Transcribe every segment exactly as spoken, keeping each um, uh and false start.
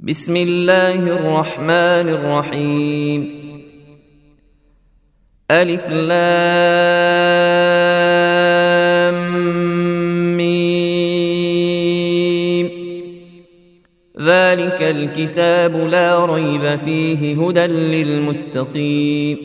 بسم الله الرحمن الرحيم. ألف لام ميم. ذلك الكتاب لا ريب فيه هدى للمتقين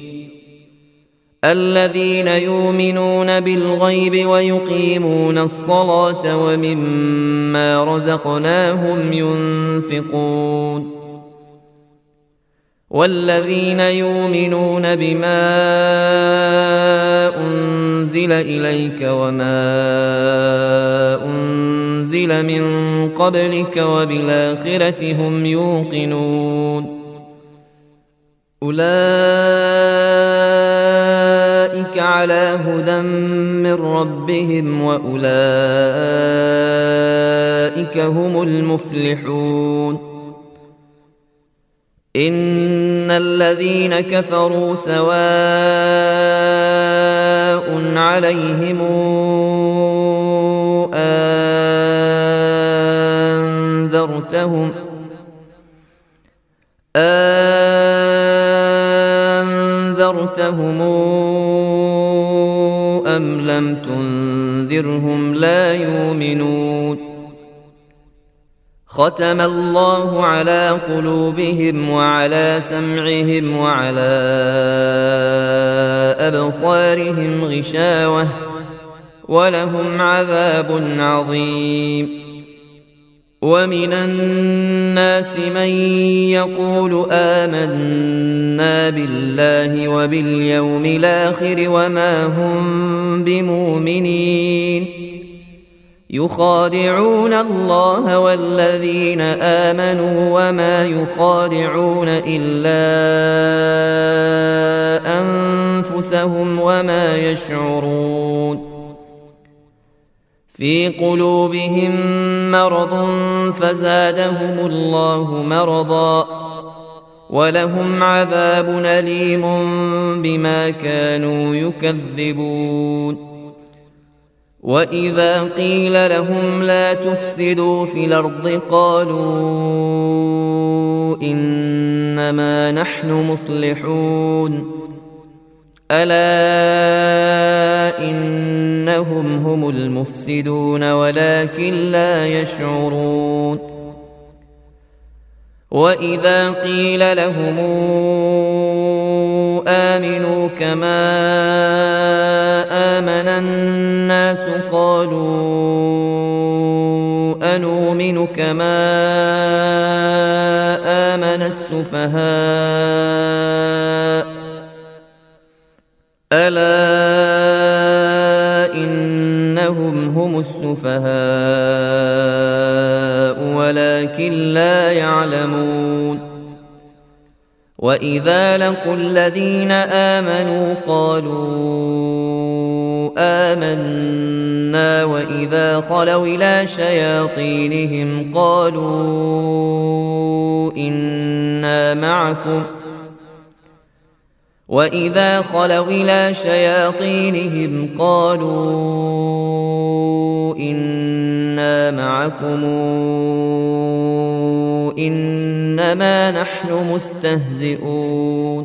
الذين يؤمنون بالغيب ويقيمون الصلاة ومما رزقناهم ينفقون والذين يؤمنون بما أنزل إليك وما أنزل من قبلك وبالآخرة هم يوقنون أولئك على هدى من ربهم وأولئك هم المفلحون. إن الذين كفروا سواء عليهم أنذرتهم أنذرتهم أم لم تنذرهم لا يؤمنون. ختم الله على قلوبهم وعلى سمعهم وعلى أبصارهم غشاوة ولهم عذاب عظيم. ومن الناس من يقول آمنا بالله وباليوم الآخر وما هم بمؤمنين يخادعون الله والذين آمنوا وما يخادعون إلا أنفسهم وما يشعرون. في قلوبهم مرض فزادهم الله مرضا ولهم عذاب أليم بما كانوا يكذبون. وإذا قيل لهم لا تفسدوا في الأرض قالوا إنما نحن مصلحون ألا إنهم هم المفسدون ولكن لا يشعرون. وإذا قيل لهم آمنوا كما آمن الناس قالوا أنؤمن كما آمن السفهاء ألا إنهم هم السفهاء ولكن لا يعلمون. وإذا لقوا الذين آمنوا قالوا آمنا وإذا خلوا إلى شياطينهم قالوا إنا معكم وإذا خلوا إلى شياطينهم قالوا إنا معكم إنما نحن مستهزئون.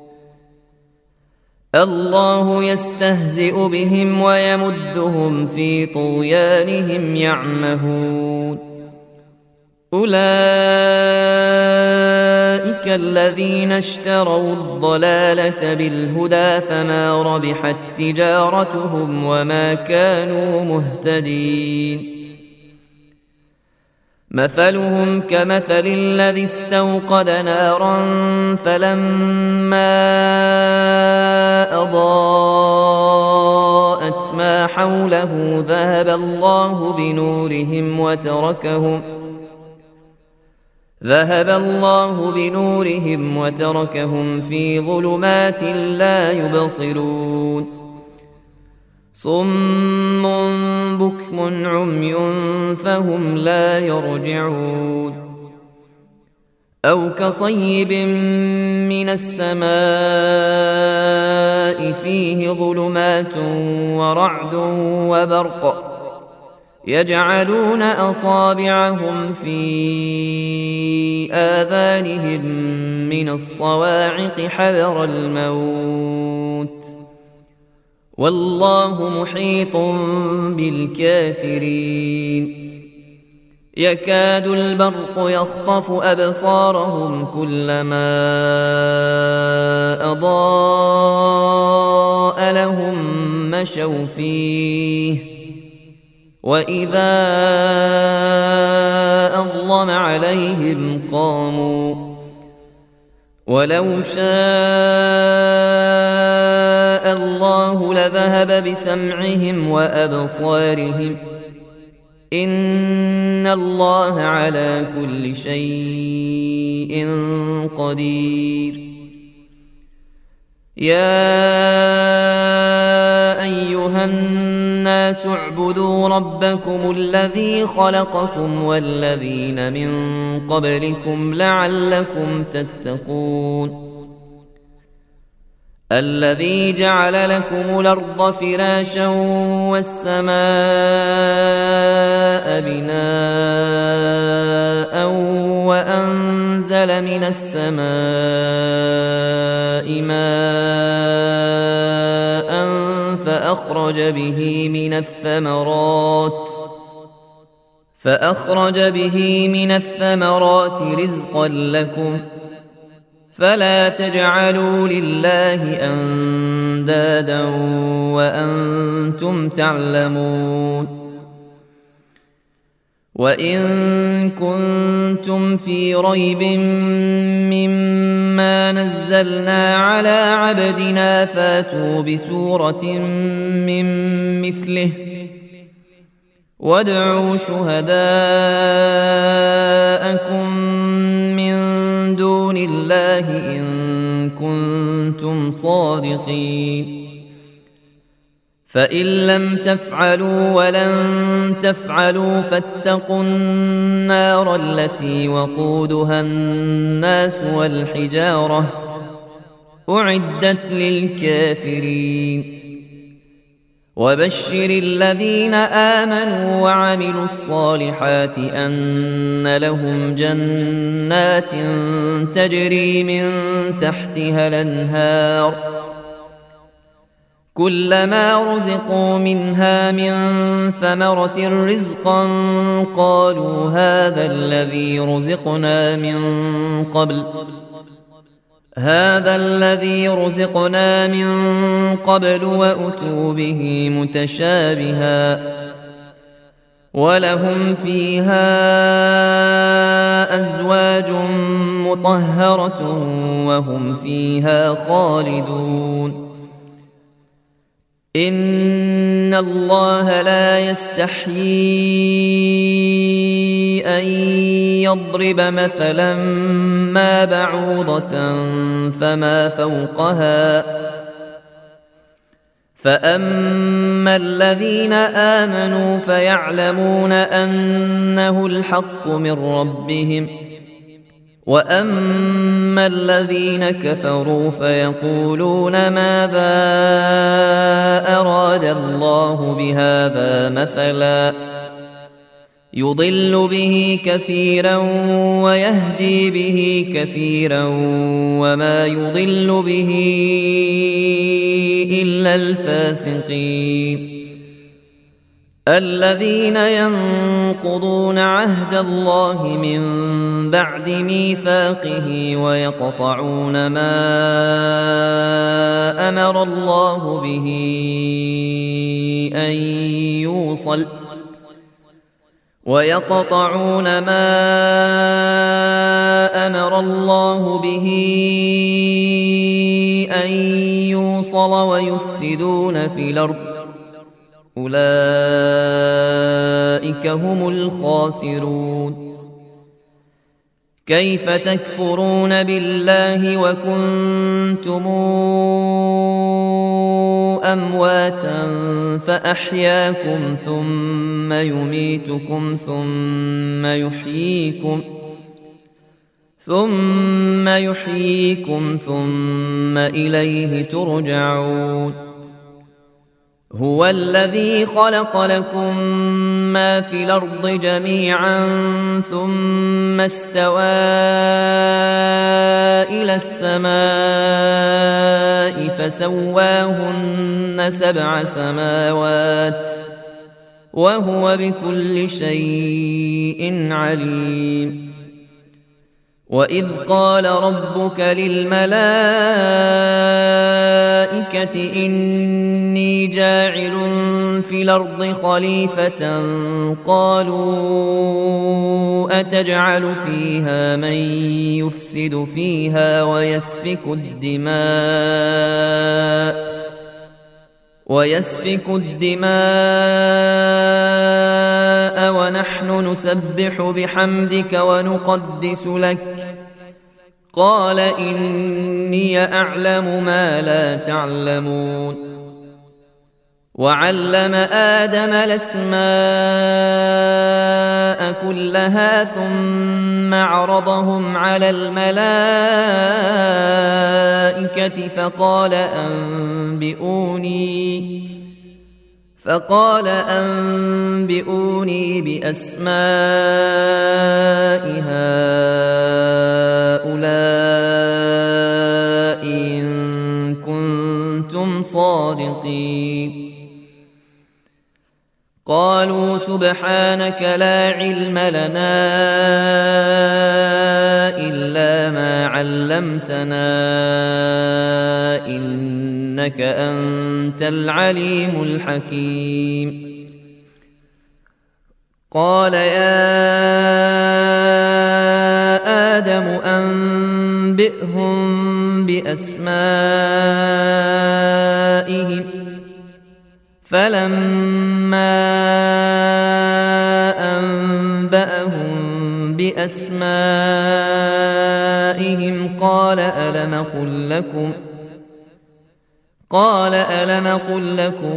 الله يستهزئ بهم ويمدهم في طغيانهم يعمهون. أولئك الذين اشتروا الضلالة بالهدى فما ربحت تجارتهم وما كانوا مهتدين. مثلهم كمثل الذي استوقد نارا فلما أضاءت ما حوله ذهب الله بنورهم وتركهم ذهب الله بنورهم وتركهم في ظلمات لا يبصرون. صم بكم عمي فهم لا يرجعون. أو كصيب من السماء فيه ظلمات ورعد وبرق يجعلون أصابعهم في آذانهم من الصواعق حذر الموت والله محيط بالكافرين يكاد البرق يخطف أبصارهم كلما أضاء لهم مشوا فيه وإذا أظلم عليهم قاموا ولو شاء الله لذهب بسمعهم وأبصارهم إن الله على كل شيء قدير يا أيها الناس اعبدوا ربكم الذي خلقكم والذين من قبلكم لعلكم تتقون الذي جعل لكم الأرض فراشا والسماء بناء وأنزل من السماء ماء فأخرج به من الثمرات فأخرج به من الثمرات رزقا لكم فلا تجعلوا لله أندادا وأنتم تعلمون وإن كنتم في ريب مما نزلنا على عبدنا فاتوا بسورة من مثله وادعوا شهداءكم من دون الله إن كنتم صادقين فإن لم تفعلوا ولن تفعلوا فاتقوا النار التي وقودها الناس والحجارة أعدت للكافرين وبشر الذين آمنوا وعملوا الصالحات أن لهم جنات تجري من تحتها الأنهار كلما رزقوا منها من ثمرة رزقا قالوا هذا الذي رزقنا من قبل هذا الذي رزقنا من قبل وأتوا به متشابها ولهم فيها أزواج مطهرة وهم فيها خالدون إن الله لا يستحيي أن يضرب مثلا ما بعوضة فما فوقها فأما الذين آمنوا فيعلمون أنه الحق من ربهم وأما الذين كفروا فيقولون ماذا أراد الله بهذا مثلا يضل به كثيرا ويهدي به كثيرا وما يضل به إلا الفاسقين الذين ينقضون عهد الله من بعد ميثاقه ويقطعون ما أمر الله به أن يوصل ويقطعون ما أمر الله به أن يوصل ويفسدون في الأرض أولئك هم الخاسرون كيف تكفرون بالله وكنتم أمواتا فأحياكم ثم يميتكم ثم يحييكم ثم يحييكم ثم إليه ترجعون هو الذي خلق لكم ما في الأرض جميعا ثم استوى إلى السماء فسواهن سبع سماوات وهو بكل شيء عليم. وإذ قال ربك للملائكة إني جاعل في الأرض خليفة قالوا أتجعل فيها من يفسد فيها ويسفك الدماء ويسفك الدماء ونحن نسبح بحمدك ونقدس لك قال إني أعلم ما لا تعلمون. وعلم آدم الأسماء كلها ثم عرضهم على الملائكة فقال أنبئوني فقال أنبئوني بأسماء هؤلاء إن كنتم صادقين. قالوا سبحانك لا علم لنا إلا ما علمتنا إنك أنت العليم الحكيم. قال يا آدم أنبئهم بأسمائهم فلما أنبأهم بأسمائهم قال ألم أقل لكم قال ألم أقل لكم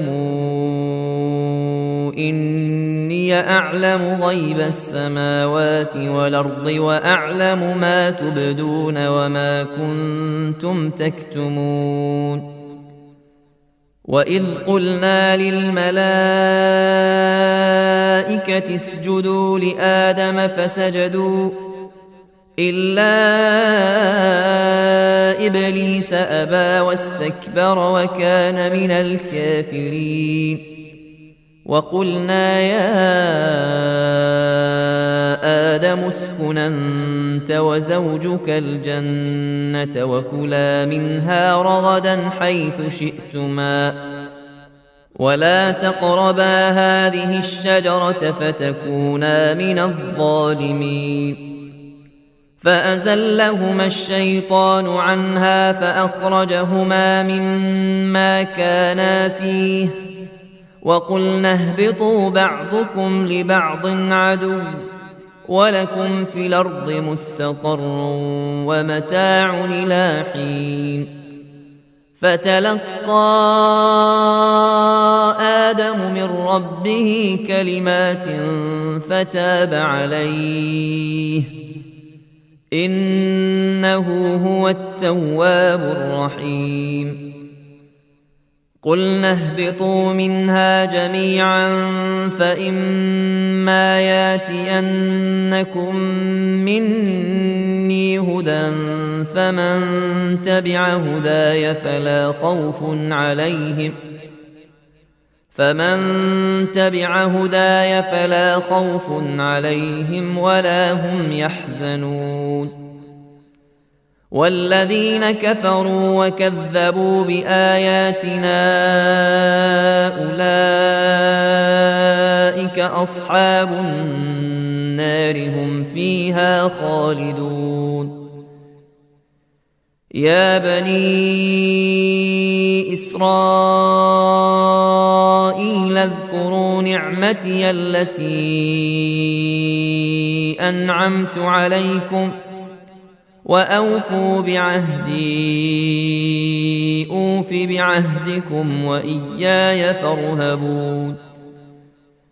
إني أعلم غيب السماوات والأرض وأعلم ما تبدون وما كنتم تكتمون. وإذ قلنا للملائكة اسجدوا لآدم فسجدوا إلا إبليس أبى واستكبر وكان من الكافرين. وقلنا يا آدم اسكن أنت وزوجك الجنة وكلا منها رغدا حيث شئتما ولا تقربا هذه الشجرة فتكونا من الظالمين. فأزلهما الشيطان عنها فأخرجهما مما كانا فيه وقلنا اهبطوا بعضكم لبعض عدو ولكم في الأرض مستقر ومتاع إلى حين. فتلقى آدم من ربه كلمات فتاب عليه إنه هو التواب الرحيم. قلنا اهبطوا منها جميعا فإما ياتينكم مني هدى فمن تبع هداي فلا خوف عليهم فمن تبع هداي فلا خوف عليهم ولا هم يحزنون. والذين كفروا وكذبوا بآياتنا أولئك أصحاب النار هم فيها خالدون. يا بني إسرائيل اذكروا نعمتي التي أنعمت عليكم وأوفوا بعهدي أوف بعهدكم وإياي فارهبون.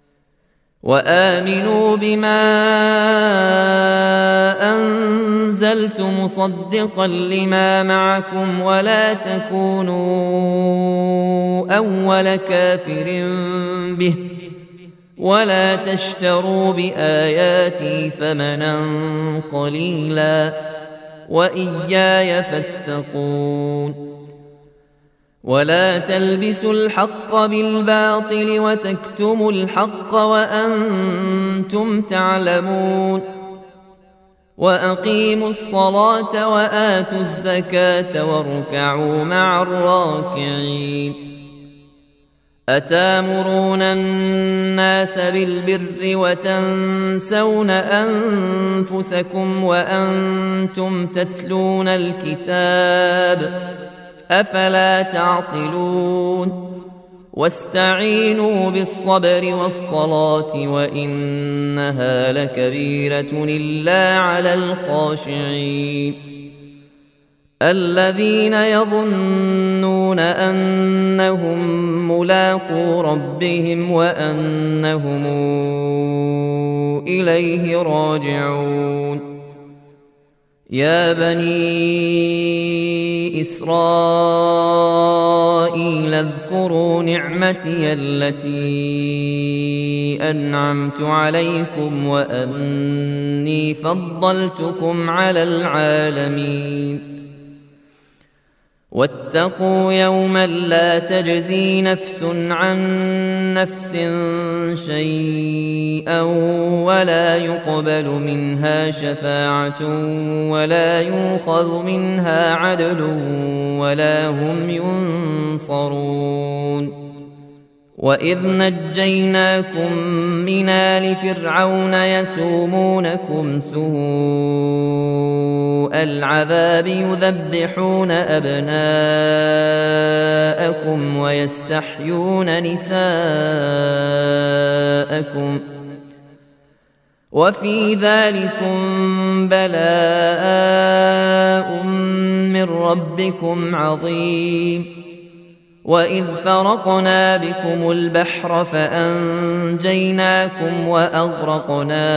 وآمنوا بما أنزل أرسلت مصدقا لما معكم ولا تكونوا أول كافر به ولا تشتروا بآياتي ثمنا قليلا وإياي فاتقون ولا تلبسوا الحق بالباطل وتكتموا الحق وأنتم تعلمون وأقيموا الصلاة وآتوا الزكاة واركعوا مع الراكعين أتامرون الناس بالبر وتنسون أنفسكم وأنتم تتلون الكتاب أفلا تعقلون واستعينوا بالصبر والصلاة وإنها لكبيرة إلا على الخاشعين الذين يظنون أنهم ملاقو ربهم وأنهم إليه راجعون يا بني إسرائيل اذكروا نعمتي التي أنعمت عليكم وأني فضلتكم على العالمين واتقوا يوما لا تجزي نفس عن نفس شيئا ولا يقبل منها شفاعة ولا يؤخذ منها عدل ولا هم ينصرون وإذ نجيناكم من آل فرعون يسومونكم سوء العذاب يذبحون أبناءكم ويستحيون نساءكم وفي ذلكم بلاء من ربكم عظيم وإذ فرقنا بكم البحر فأنجيناكم وأغرقنا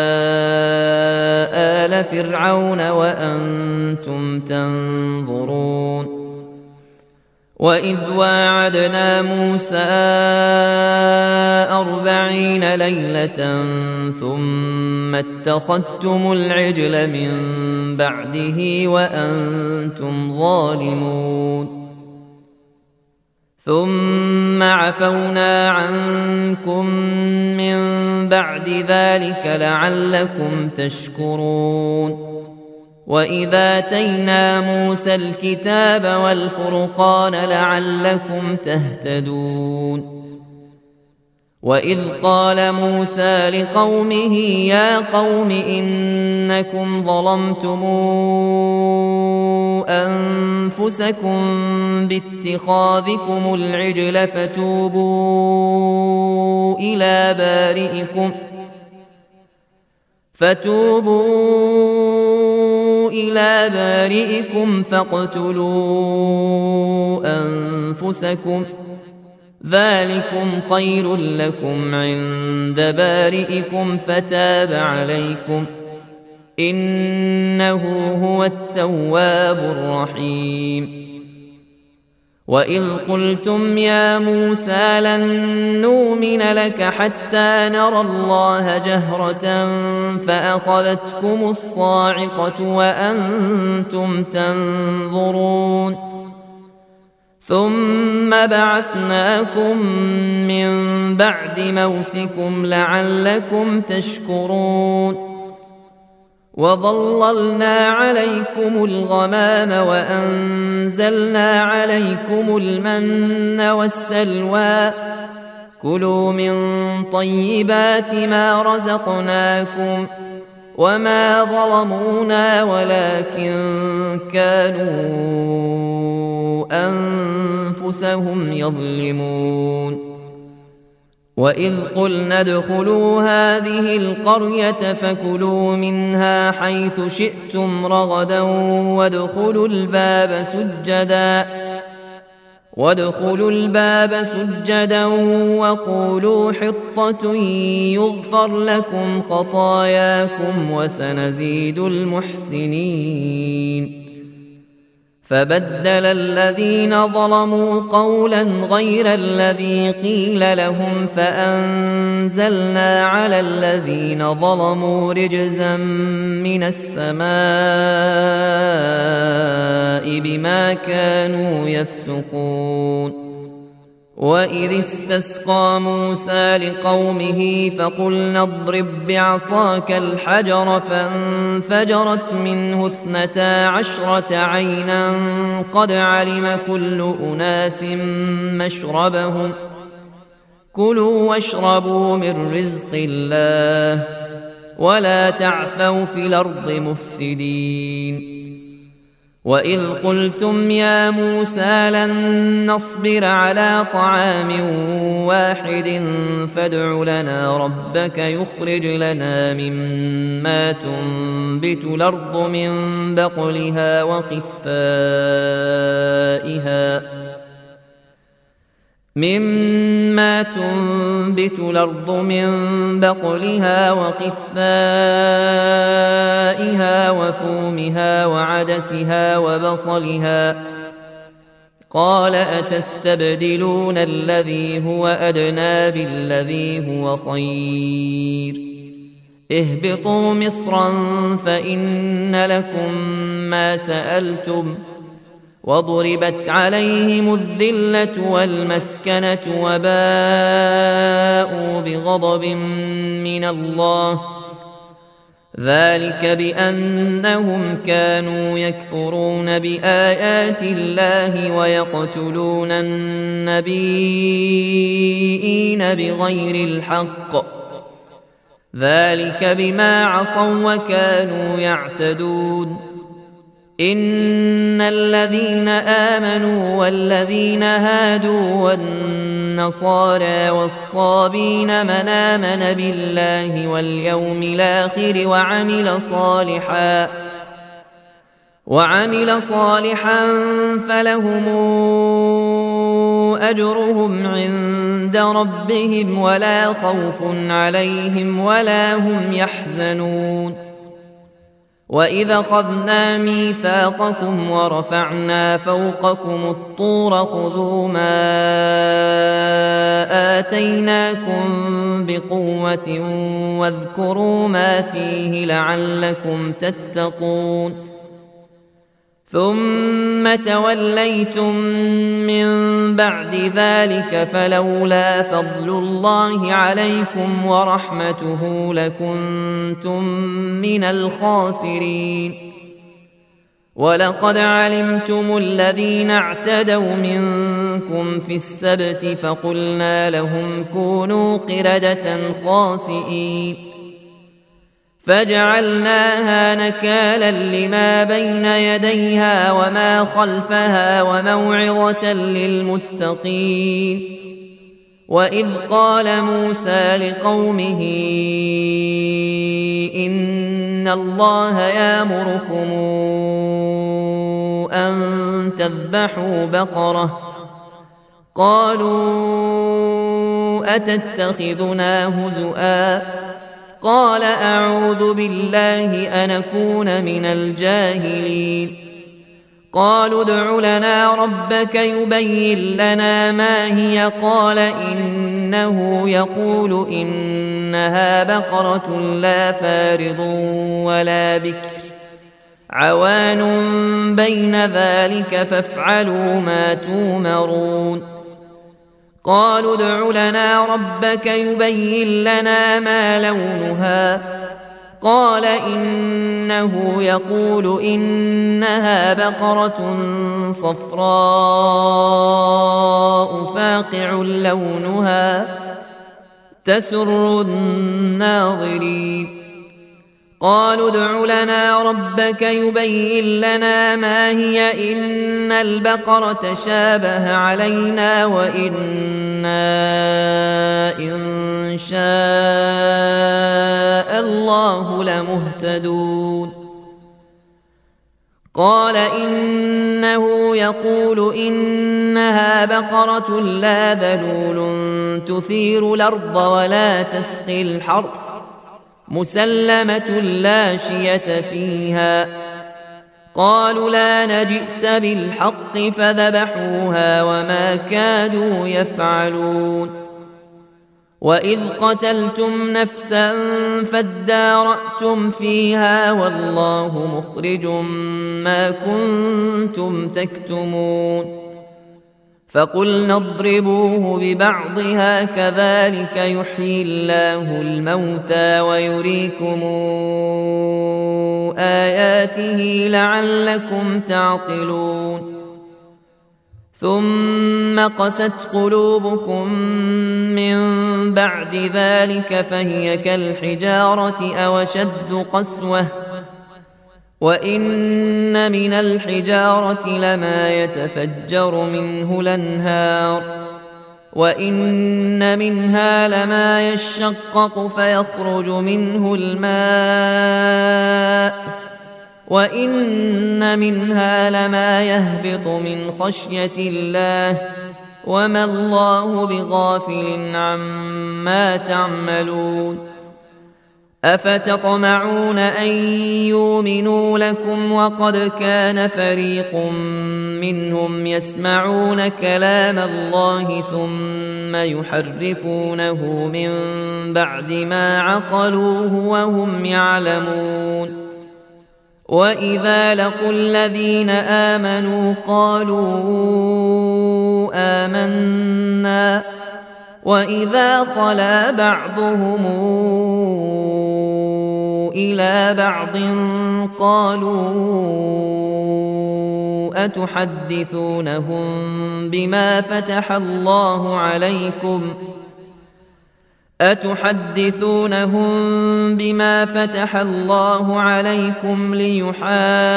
آل فرعون وأنتم تنظرون وإذ واعدنا موسى أربعين ليلة ثم اتخذتم العجل من بعده وأنتم ظالمون ثم عفونا عنكم من بعد ذلك لعلكم تشكرون وإذا آتينا موسى الكتاب والفرقان لعلكم تهتدون وإذ قال موسى لقومه يا قوم إنكم ظلمتم أنفسكم باتخاذكم العجل فتوبوا إلى بارئكم فتوبوا إلى بارئكم فاقتلوا أنفسكم ذلكم خير لكم عند بارئكم فتاب عليكم إنه هو التواب الرحيم وإذ قلتم يا موسى لن نؤمن لك حتى نرى الله جهرة فأخذتكم الصاعقة وأنتم تنظرون ثم بعثناكم من بعد موتكم لعلكم تشكرون وظللنا عليكم الغمام وأنزلنا عليكم المن والسلوى كلوا من طيبات ما رزقناكم وما ظلمونا ولكن كانوا أنفسهم يظلمون وإذ قلنا ادخلوا هذه القرية فكلوا منها حيث شئتم رغدا وادخلوا الباب سجدا وادخلوا الباب سجدا وقولوا حطة يغفر لكم خطاياكم وسنزيد المحسنين. فبدل الذين ظلموا قولا غير الذي قيل لهم فأنزلنا على الذين ظلموا رجزا من السماء بما كانوا يفسقون. وإذ استسقى موسى لقومه فقلنا اضرب بعصاك الحجر فانفجرت منه اثنتا عشرة عينا قد علم كل أناس مشربهم كلوا واشربوا من رزق الله ولا تعثوا في الأرض مفسدين. وإذ قلتم يا موسى لن نصبر على طعام واحد فادع لنا ربك يخرج لنا مما تنبت الأرض من بقلها وقثائها مما تنبت الأرض من بقلها وقثائها وفومها وعدسها وبصلها قال أتستبدلون الذي هو أدنى بالذي هو خير اهبطوا مصرا فإن لكم ما سألتم وضربت عليهم الذلة والمسكنة وباءوا بغضب من الله ذلك بأنهم كانوا يكفرون بآيات الله ويقتلون النبيين بغير الحق ذلك بما عصوا وكانوا يعتدون. إن الذين آمنوا والذين هادوا والنصارى والصابين من آمن بالله واليوم الآخر وعمل صالحا وعمل صالحا فلهم أجرهم عند ربهم ولا خوف عليهم ولا هم يحزنون. وإذا أخذنا ميثاقكم ورفعنا فوقكم الطور خذوا ما آتيناكم بقوة واذكروا ما فيه لعلكم تتقون. ثم توليتم من بعد ذلك فلولا فضل الله عليكم ورحمته لكنتم من الخاسرين. ولقد علمتم الذين اعتدوا منكم في السبت فقلنا لهم كونوا قردة خاسئين فجعلناها نكالا لما بين يديها وما خلفها وموعظة للمتقين. وإذ قال موسى لقومه إن الله يأمركم أن تذبحوا بقرة قالوا أتتخذنا هزؤا قال أعوذ بالله أن أكون من الجاهلين. قالوا ادع لنا ربك يبين لنا ما هي قال إنه يقول إنها بقرة لا فارض ولا بكر عوان بين ذلك فافعلوا ما تومرون. قالوا ادع لنا ربك يبين لنا ما لونها قال إنه يقول إنها بقرة صفراء فاقع لونها تسر الناظرين. قالوا ادع لنا ربك يبين لنا ما هي إن البقرة شابه علينا وإنا إن شاء الله لمهتدون. قال إنه يقول إنها بقرة لا ذلول تثير الأرض ولا تسقي الحرث مسلمة لا شية فيها. قالوا لا نجئت بالحق فذبحوها وما كادوا يفعلون. وإذ قتلتم نفسا فادارأتم فيها والله مخرج ما كنتم تكتمون. فقلنا اضربوه ببعضها كذلك يحيي الله الموتى ويريكم آياته لعلكم تعقلون. ثم قست قلوبكم من بعد ذلك فهي كالحجارة أو أشد قسوة وإن من الحجارة لما يتفجر منه الأنهار وإن منها لما يشقق فيخرج منه الماء وإن منها لما يهبط من خشية الله وما الله بغافل عما تعملون. أفتطمعون أن يؤمنوا لكم وقد كان فريق منهم يسمعون كلام الله ثم يحرفونه من بعد ما عقلوه وهم يعلمون. وإذا لقوا الذين آمنوا قالوا آمنا وإذا خلا بعضهم إلى بعض قالوا أتحدثونهم بما فتح الله عليكم أتحدثونهم بما فتح الله عليكم ليحاجوكم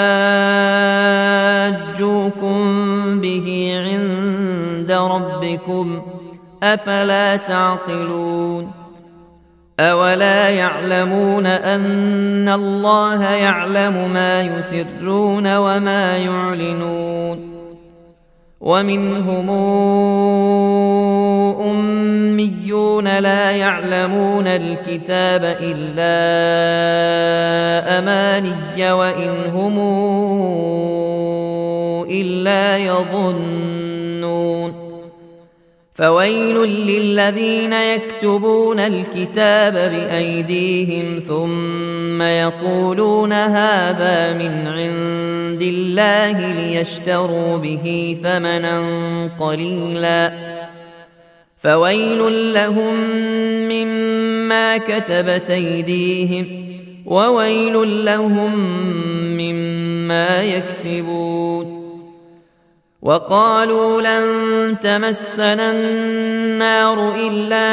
به عند ربكم أفلا تعقلون. أولا يعلمون أن الله يعلم ما يسرون وما يعلنون. ومنهم أميون لا يعلمون الكتاب إلا أماني وإن هم إلا يظنون. فويل للذين يكتبون الكتاب بأيديهم ثم يقولون هذا من عند الله ليشتروا به ثمنا قليلا فويل لهم مما كتبت أيديهم وويل لهم مما يكسبون. وقالوا لن تمسنا النار إلا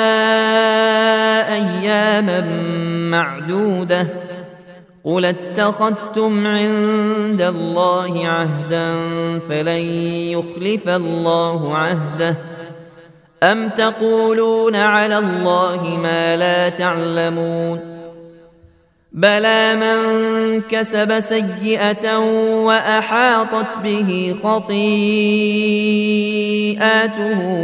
أياما معدودة قل اتخذتم عند الله عهدا فلن يخلف الله عهده أم تقولون على الله ما لا تعلمون. بلى من كسب سيئة وأحاطت به خطيئاته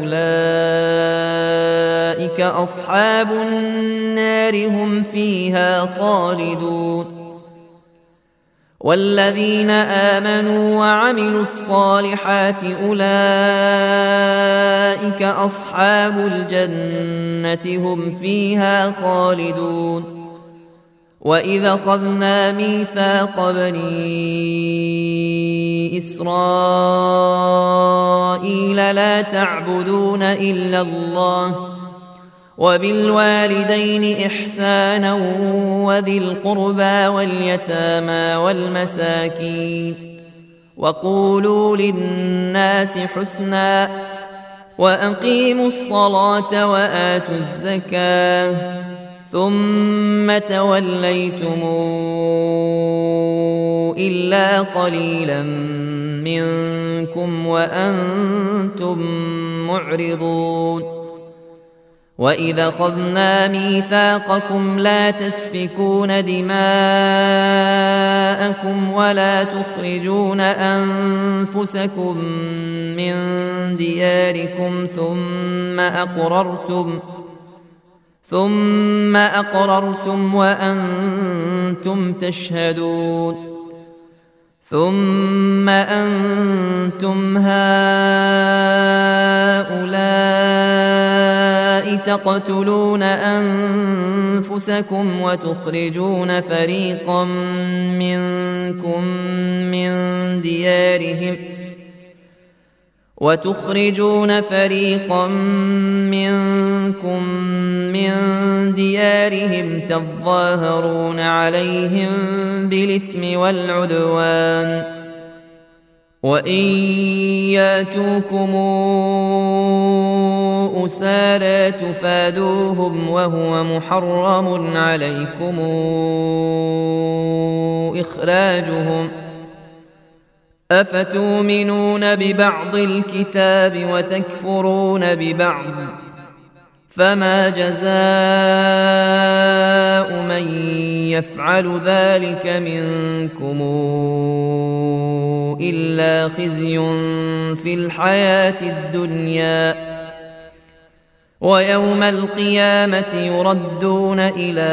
فأولئك أصحاب النار هم فيها خالدون. والذين آمنوا وعملوا الصالحات أولئك أصحاب الجنة هم فيها خالدون. وإذا أخذنا ميثاق بني إسرائيل لا تعبدون إلا الله وبالوالدين إحسانا وذي القربى واليتامى والمساكين وقولوا للناس حسنا وأقيموا الصلاة وآتوا الزكاة ثم توليتم إلا قليلا منكم وأنتم معرضون. وإذا أخذنا ميثاقكم لا تسفكون دماءكم نساءكم ولا تخرجون أنفسكم من دياركم ثم أقررتم ثم أقررتم وأنتم تشهدون ثم أنتم هؤلاء تقتلون أنفسكم وتخرجون فريقا منكم من ديارهم وتخرجون فريقا منكم من ديارهم تظاهرون عليهم بالإثم والعدوان وإن ياتوكم أسارى تفادوهم وهو محرم عليكم إخراجهم أفتؤمنون ببعض الكتاب وتكفرون ببعض فما جزاء من يفعل ذلك منكم إلا خزي في الحياة الدنيا ويوم القيامة يردون إلى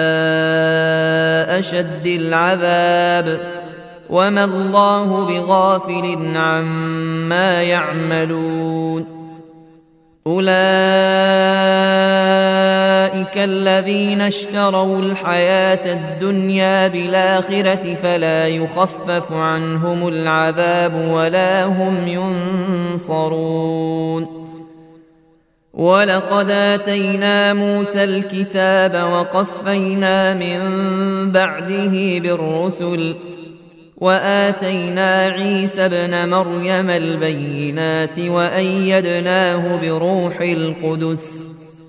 أشد العذاب وما الله بغافل عما يعملون أولئك الذين اشتروا الحياة الدنيا بالآخرة فلا يخفف عنهم العذاب ولا هم ينصرون ولقد آتينا موسى الكتاب وقفينا من بعده بالرسل وآتينا عيسى ابن مريم البينات وأيدناه بروح القدس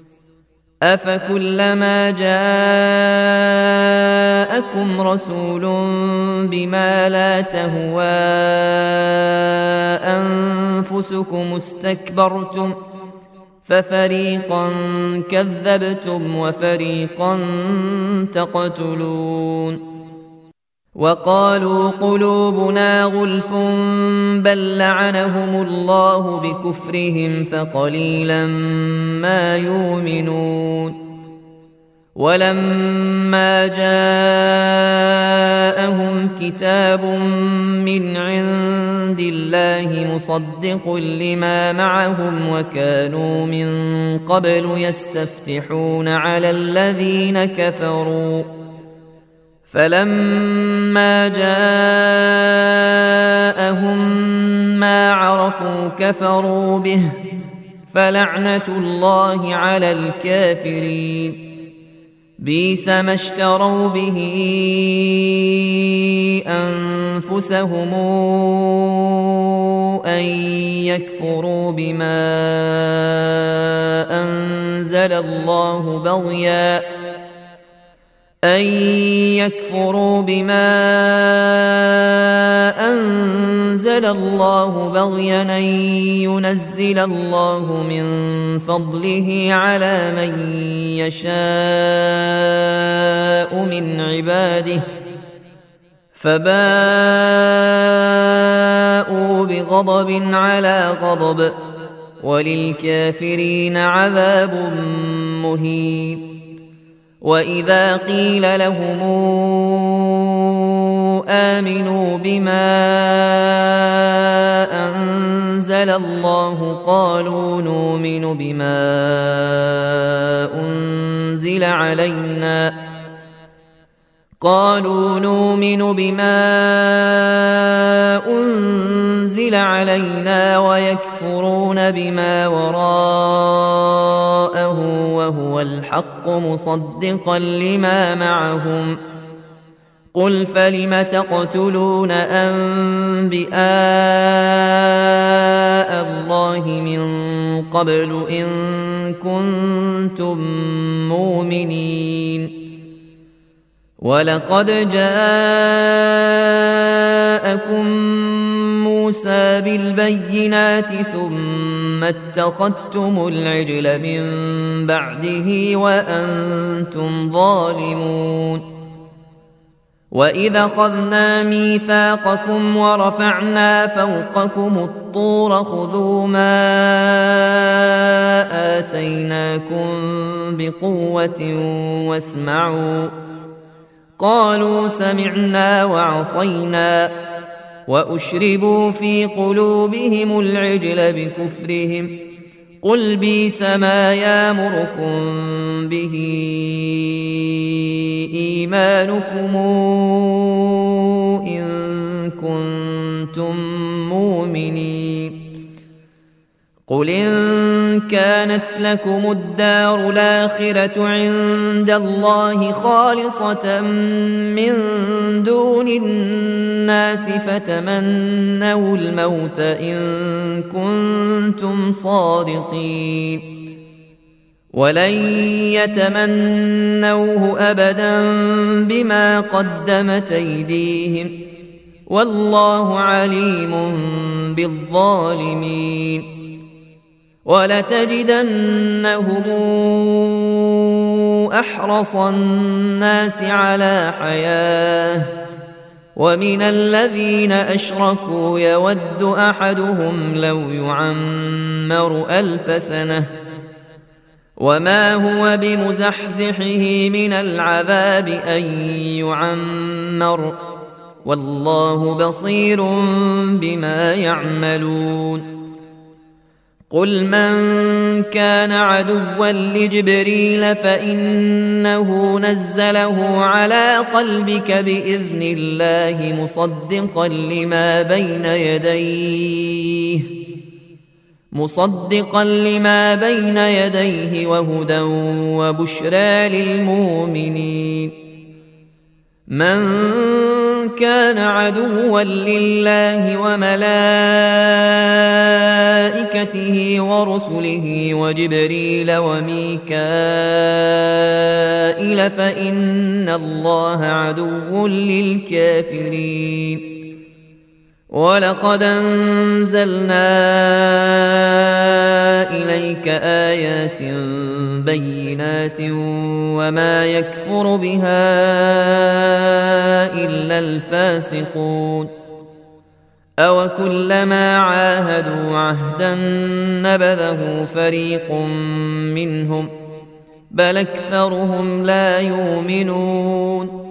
أفكلما جاءكم رسول بما لا تهوى أنفسكم استكبرتم ففريقا كذبتم وفريقا تقتلون وقالوا قلوبنا غلف بل لعنهم الله بكفرهم فقليلا ما يؤمنون ولما جاءهم كتاب من عند الله مصدق لما معهم وكانوا من قبل يستفتحون على الذين كفروا فلما جاءهم ما عرفوا كفروا به فلعنة الله على الكافرين بئس ما اشتروا به أنفسهم أن يكفروا بما أنزل الله بغيا أن يكفروا بما أنزل الله بغيا أن ينزل الله من فضله على من يشاء من عباده فباءوا بغضب على غضب وللكافرين عذاب مهين وإذا قيل لهم آمنوا بما أنزل الله قالوا نؤمن بما أنزل علينا قالوا نؤمن بما أنزل علينا ويكفرون بما وراءه وهو الحق مصدقا لما معهم قل فلم تقتلون أنبياء الله من قبل إن كنتم مؤمنين ولقد جاءكم موسى بالبينات ثم اتخذتم العجل من بعده وأنتم ظالمون وإذا أخذنا ميثاقكم ورفعنا فوقكم الطور خذوا ما آتيناكم بقوة واسمعوا قالوا سمعنا وعصينا وأشربوا في قلوبهم العجل بكفرهم قل بئس ما يأمركم به إيمانكم إن كنتم مؤمنين قل إن كانت لكم الدار الآخرة عند الله خالصة من دون الناس فتمنوا الموت إن كنتم صادقين ولن يتمنوه أبدا بما قدمت أيديهم والله عليم بالظالمين ولتجدنهم أحرص الناس على حياة ومن الذين أشركوا يود أحدهم لو يعمر ألف سنة وما هو بمزحزحه من العذاب أن يعمر والله بصير بما يعملون قل من كان عدوا لجبريل فإنه نزله على قلبك بإذن الله مصدقا لما بين يديه مصدقا لما بين يديه وهدى وبشرى للمؤمنين من كان عدوا لله وملائكته ورسله وجبريل وميكائيل فإن الله عدو للكافرين ولقد أنزلنا إليك آيات بينات وما يكفر بها إلا الفاسقون أو كلما عاهدوا عهدا نبذه فريق منهم بل أكثرهم لا يؤمنون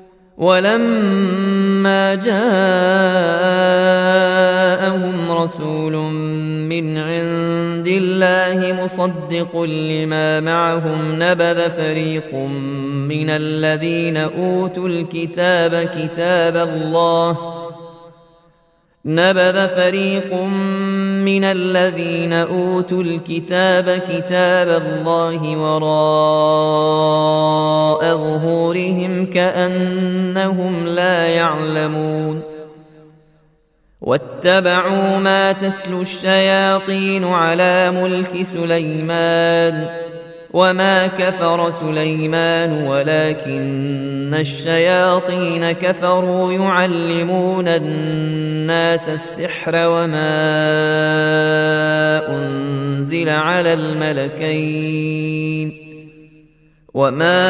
ولما جاءهم رسول من عند الله مصدق لما معهم نبذ فريق من الذين أوتوا الكتاب كتاب الله نبذ فريق من الذين أوتوا الكتاب كتاب الله وراء ظهورهم كأنهم لا يعلمون واتبعوا ما تتلو الشياطين على ملك سليمان وما كفر سليمان ولكن الشياطين كفروا يعلمون الناس السحر وما أنزل على الملكين وما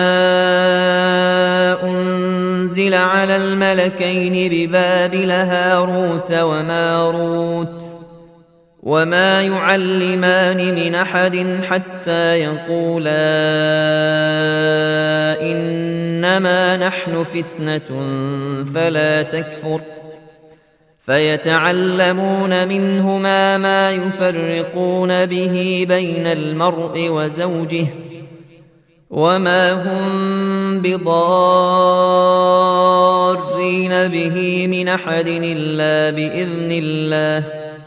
أنزل على الملكين ببابل هاروت وماروت وما يعلمان من أحد حتى يقولا إنما نحن فتنة فلا تكفر فيتعلمون منهما ما يفرقون به بين المرء وزوجه وما هم بضارين به من أحد إلا بإذن الله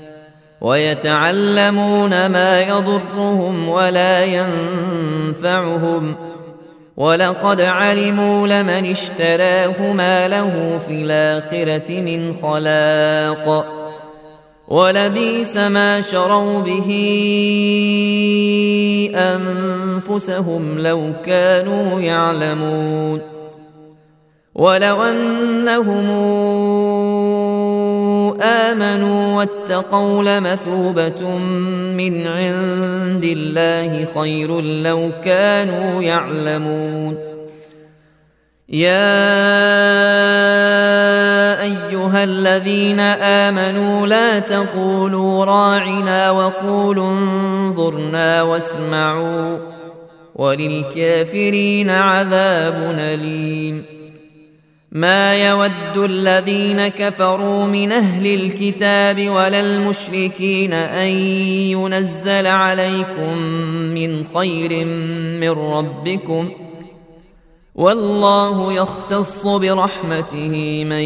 ويتعلمون ما يضرهم ولا ينفعهم ولقد علموا لمن اشتراه ما له في الآخرة من خلاق ولبئس ما شروا به أنفسهم لو كانوا يعلمون ولو أنهم آمنوا واتقوا لمثوبة من عند الله خير لو كانوا يعلمون يا أيها الذين آمنوا لا تقولوا راعنا وقولوا انظرنا واسمعوا وللكافرين عذاب أليم. ما يود الذين كفروا من أهل الكتاب ولا المشركين أن ينزل عليكم من خير من ربكم، والله يختص برحمته من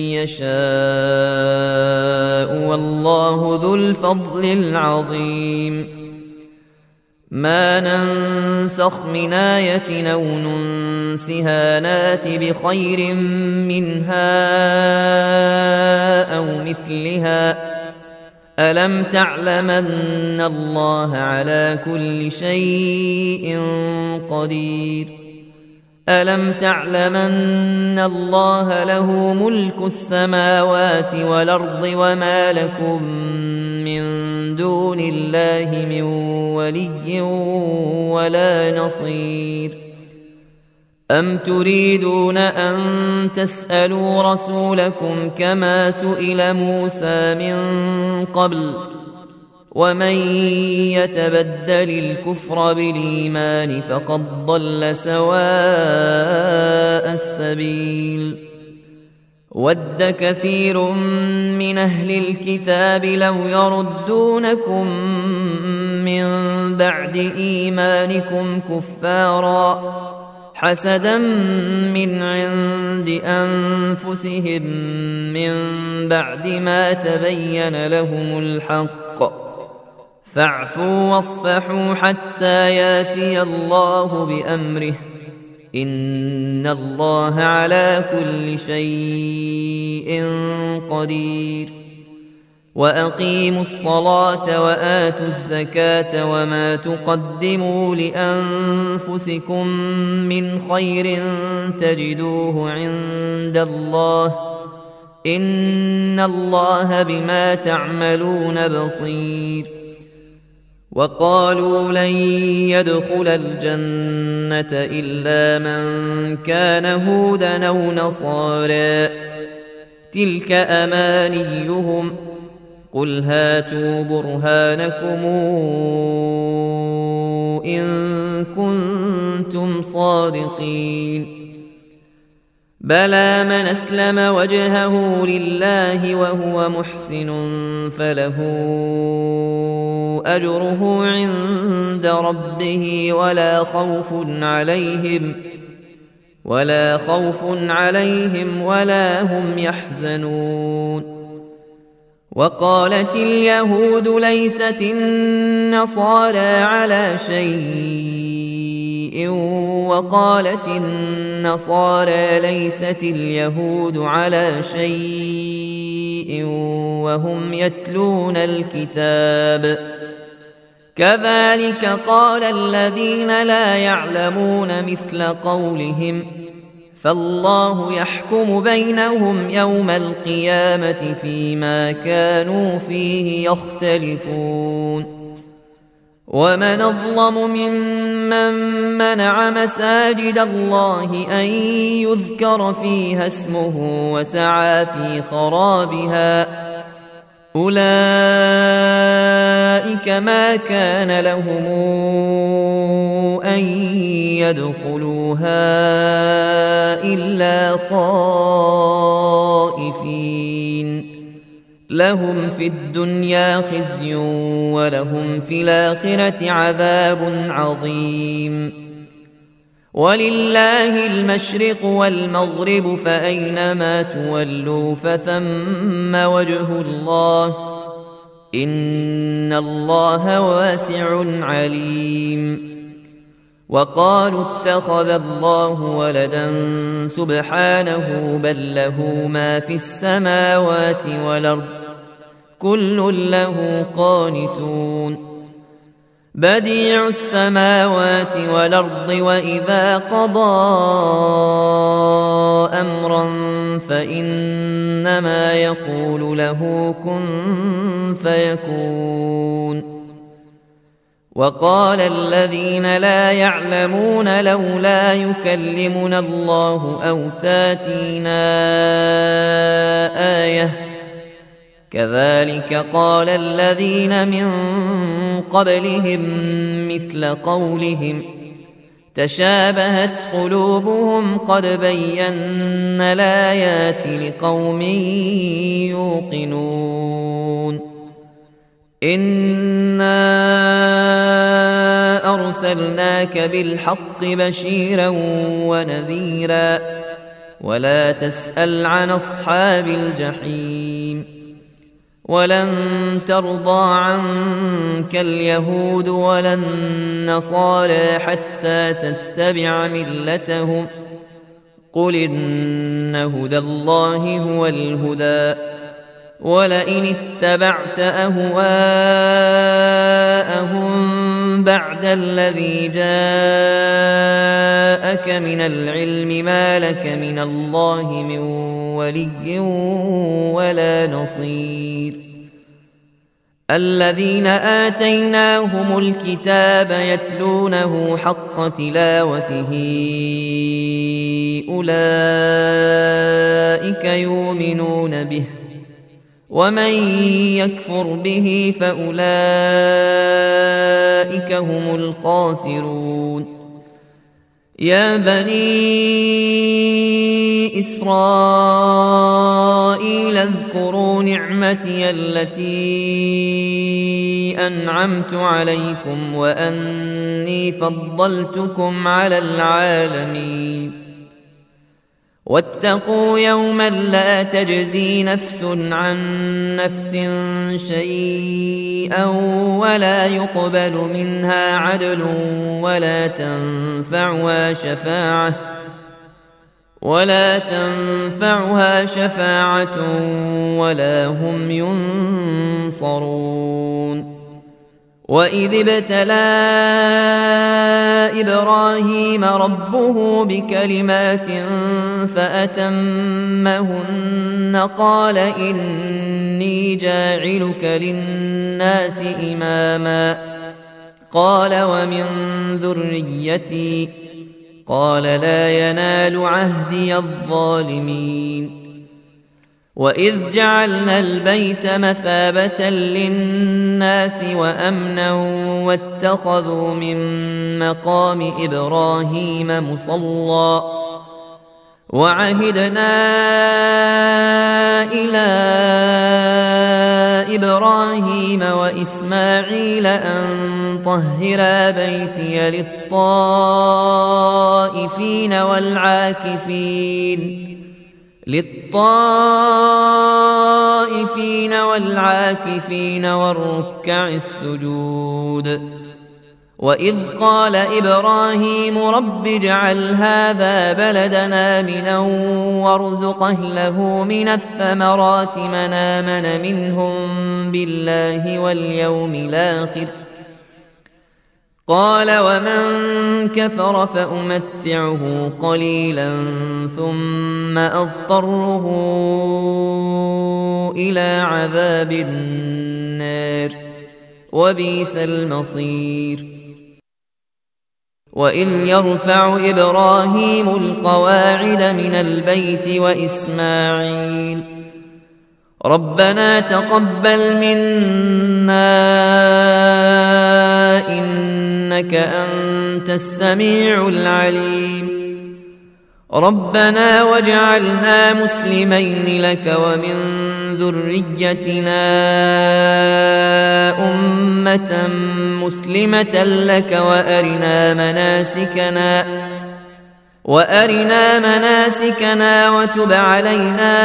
يشاء والله ذو الفضل العظيم. ما ننسخ من آية أو ننسها نات بخير منها أو مثلها. ألم تعلم أن الله على كل شيء قدير؟ ألم تعلم أن الله له ملك السماوات والأرض وما لكم من دون الله من ولي ولا نصير؟ أم تريدون أن تسألوا رسولكم كما سئل موسى من قبل؟ ومن يتبدل الكفر بالإيمان فقد ضل سواء السبيل. ود كثير من أهل الكتاب لو يردونكم من بعد إيمانكم كفارا حسدا من عند أنفسهم من بعد ما تبين لهم الحق، فاعفوا واصفحوا حتى ياتي الله بأمره، إن الله على كل شيء قدير. وأقيموا الصلاة وآتوا الزكاة وما تقدموا لأنفسكم من خير تجدوه عند الله، إن الله بما تعملون بصير. وقالوا لن يدخل الجنة إلا من كان هودا أو نصارى، تلك أمانيهم، قل هاتوا برهانكم إن كنتم صادقين. بلى من أسلم وجهه لله وهو محسن فله أجره عند ربه ولا خوف عليهم ولا خوف عليهم ولا هم يحزنون. وقالت اليهود ليست النصارى على شيء وقالت النصارى ليست اليهود على شيء وهم يتلون الكتاب، كذلك قال الذين لا يعلمون مثل قولهم، فالله يحكم بينهم يوم القيامة فيما كانوا فيه يختلفون. ومن أظلم ممن منع مساجد الله أن يذكر فيها اسمه وسعى في خرابها، أولئك ما كان لهم أن يدخلوها إلا خائفين، لهم في الدنيا خزي ولهم في الآخرة عذاب عظيم. ولله المشرق والمغرب فأينما تولوا فثم وجه الله، إن الله واسع عليم. وقالوا اتخذ الله ولدا سبحانه بل له ما في السماوات والأرض كل له قانتون. بديع السماوات والأرض وإذا قضى أمرا فإنما يقول له كن فيكون. وقال الذين لا يعلمون لولا يكلمنا الله أو تاتينا الآية كذلك قال الذين من قبلهم مثل قولهم تشابهت قلوبهم قد بينا الآيات لقوم يوقنون إنا أرسلناك بالحق بشيرا ونذيرا ولا تسأل عن أصحاب الجحيم ولن ترضى عنك اليهود ولا النصارى حتى تتبع ملتهم قل إن هدى الله هو الهدى ولئن اتبعت أهواءهم بعد الذي جاءك من العلم ما لك من الله من ولي ولا نصير الذين آتيناهم الكتاب يتلونه حق تلاوته أولئك يؤمنون به ومن يكفر به فأولئك هم الخاسرون يا بني إسرائيل اذكروا نعمتي التي أنعمت عليكم وأني فضلتكم على العالمين واتقوا يوما لا تجزي نفس عن نفس شيئا ولا يقبل منها عدل ولا تنفعها شفاعة ولا تنفعها شفاعة ولا هم ينصرون وإذ ابتلى إبراهيم ربه بكلمات فأتمهن قال إني جاعلك للناس إماما قال ومن ذريتي قال لا ينال عهدي الظالمين وإذ جعلنا البيت مثابة للناس وأمنا واتخذوا من مقام إبراهيم مصلى وعهدنا إلى إبراهيم وإسماعيل أن طهرا بيتي للطائفين والعاكفين للطائفين والعاكفين والركع السجود وإذ قال إبراهيم رب اجعل هذا بلدنا آمنا وارزق أهله من الثمرات من آمن منهم بالله واليوم الآخر قال ومن كفر فأمتعه قليلا ثم أضطره إلى عذاب النار وبئس المصير وإذ يرفع إبراهيم القواعد من البيت وإسماعيل ربنا تقبل منا إنك أنت السميع العليم ربنا واجعلنا مسلمين لك ومن ذريتنا أمة مسلمة لك وأرنا مناسكنا وأرنا مناسكنا وتب علينا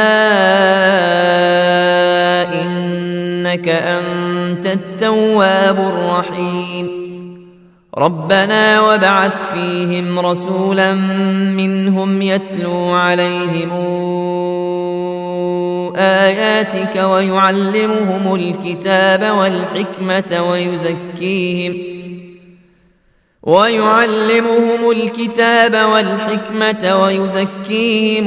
إنك أنت التواب الرحيم ربنا وابعث فيهم رسولا منهم يتلو عليهم آياتك ويعلمهم الكتاب والحكمة ويزكيهم ويعلمهم الكتاب والحكمة ويزكيهم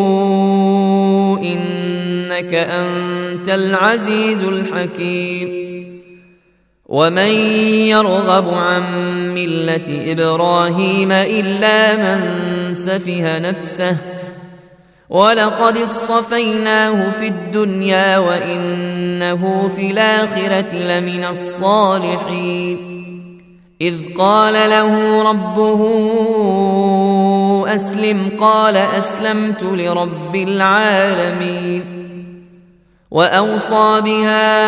إنك أنت العزيز الحكيم ومن يرغب عن ملة إبراهيم إلا من سفه نفسه ولقد اصطفيناه في الدنيا وإنه في الآخرة لمن الصالحين إذ قال له ربه أسلم قال أسلمت لرب العالمين وأوصى بها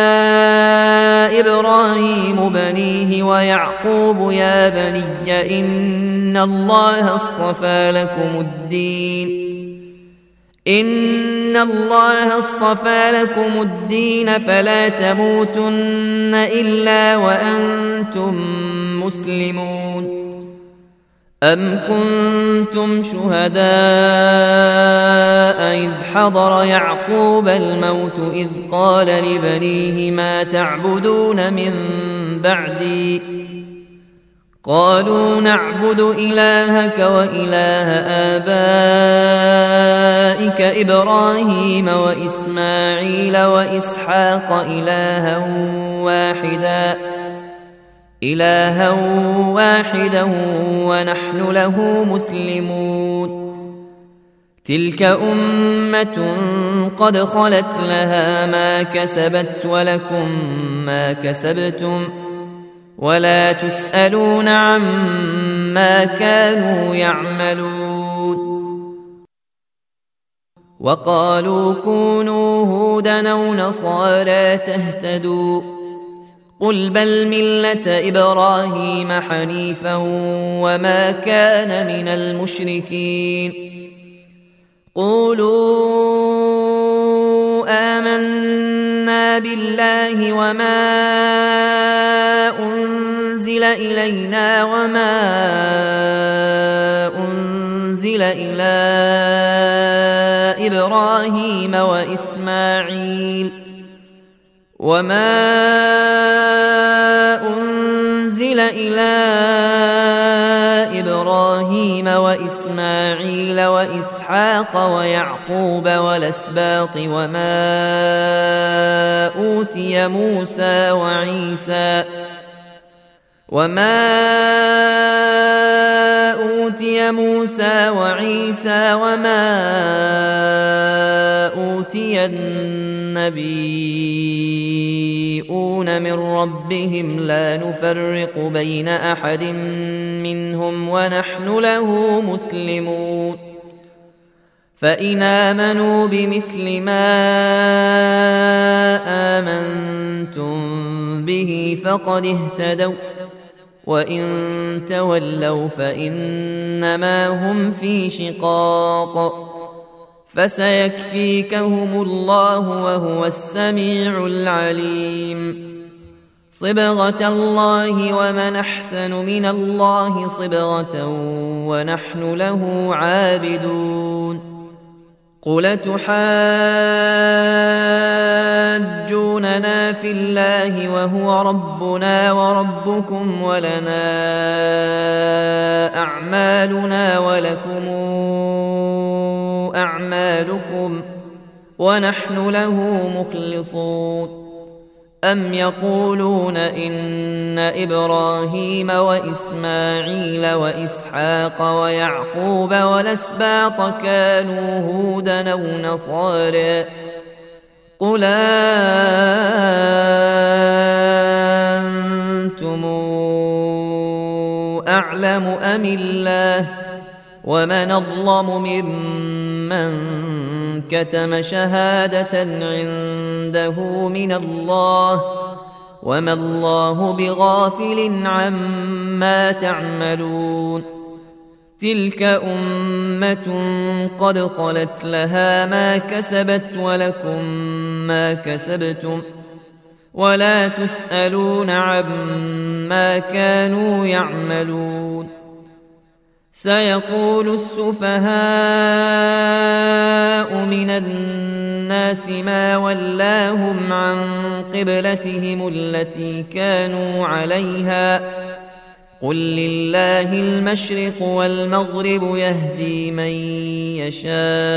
إبراهيم بنيه ويعقوب يا بني إن الله اصطفى لكم الدين إن الله اصطفى لكم الدين فلا تموتن إلا وأنتم مسلمون أم كنتم شهداء إذ حضر يعقوب الموت إذ قال لبنيه ما تعبدون من بعدي قالوا نعبد إلهك وإله آبائك إبراهيم وإسماعيل وإسحاق إلها واحدا إلها واحدا ونحن له مسلمون تلك أمة قد خلت لها ما كسبت ولكم ما كسبتم ولا تسألون عما كانوا يعملون وقالوا كونوا هودا أو نصارى تهتدوا قل بل ملة إبراهيم حنيفا وما كان من المشركين قولوا آمنا بالله وما أنزل إلينا وما أنزل إلى إبراهيم وإسماعيل وما أنزل إلى إبراهيم وإسماعيل وإسحاق ويعقوب والأسباط وما أوتي موسى وعيسى وما أوتي موسى وعيسى وما أوتي النبيون من ربهم لا نفرق بين أحد منهم ونحن له مسلمون فإن آمنوا بمثل ما آمنتم به فقد اهتدوا وإن تولوا فإنما هم في شقاق فسيكفيكهم الله وهو السميع العليم صبغة الله ومن أحسن من الله صبغة ونحن له عابدون قل تحاجوننا في الله وهو ربنا وربكم ولنا أعمالنا ولكم أعمالكم ونحن له مخلصون أم يقولون إن إبراهيم وإسماعيل وإسحاق ويعقوب والأسباط كانوا هودا أو نصارى قل أنتم أعلم أم الله ومن أظلم ممن كتم شهادة عنده من الله وما الله بغافل عما تعملون تلك أمة قد خلت لها ما كسبت ولكم ما كسبتم ولا تسألون عما كانوا يعملون سيقول السفهاء من الناس ما ولاهم عن قبلتهم التي كانوا عليها قل لله المشرق والمغرب يهدي من يشاء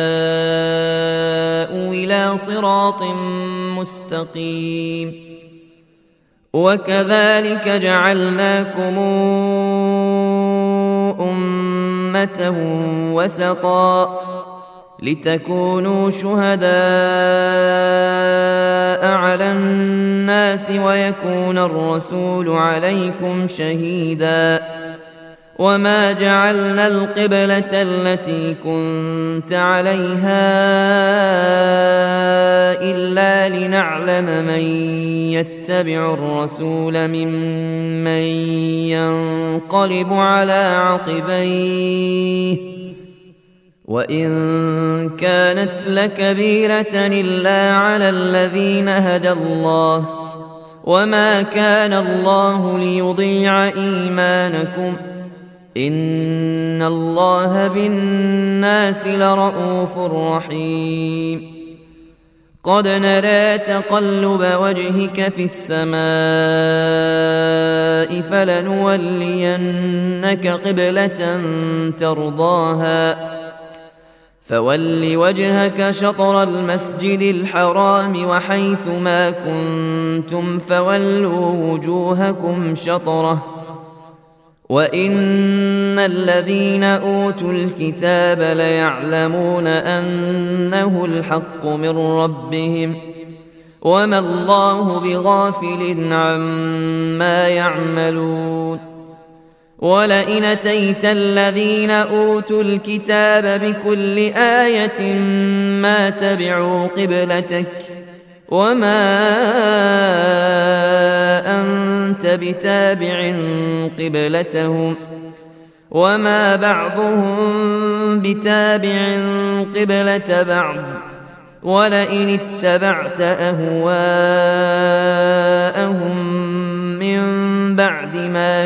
إلى صراط مستقيم وكذلك جعلناكم أمة وسطا لتكونوا شهداء على الناس ويكون الرسول عليكم شهيدا وما جعلنا القبلة التي كنت عليها إلا لنعلم من يتبع الرسول ممن ينقلب على عقبيه وإن كانت لكبيرة إلا على الذين هدى الله وما كان الله ليضيع إيمانكم إن الله بالناس لرءوف رحيم قد نرى تقلب وجهك في السماء فلنولينك قبلة ترضاها فول وجهك شطر المسجد الحرام وحيث ما كنتم فولوا وجوهكم شطره وإن الذين أوتوا الكتاب ليعلمون أنه الحق من ربهم وما الله بغافل عما يعملون ولئن أتيت الذين أوتوا الكتاب بكل آية ما تبعوا قبلتك وما أنت بتابع قبلتهم وما بعضهم بتابع قبلة بعض ولئن اتبعت أهواءهم من بعد ما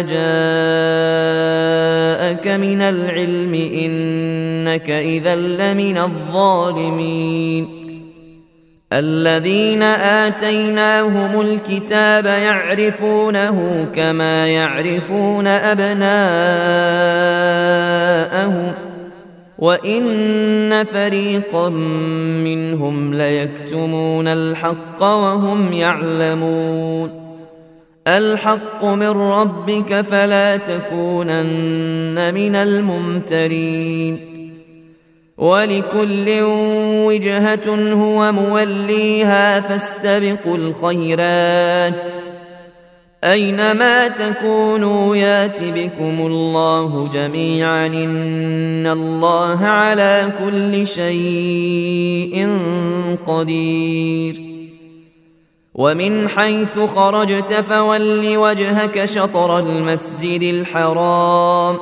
جاءك من العلم إنك إذا لمن الظالمين الذين آتيناهم الكتاب يعرفونه كما يعرفون أبناءهم وإن فريقا منهم ليكتمون الحق وهم يعلمون الحق من ربك فلا تكونن من الممترين ولكل وجهة هو موليها فاستبقوا الخيرات أينما تكونوا يات بكم الله جميعا إن الله على كل شيء قدير ومن حيث خرجت فول وجهك شطر المسجد الحرام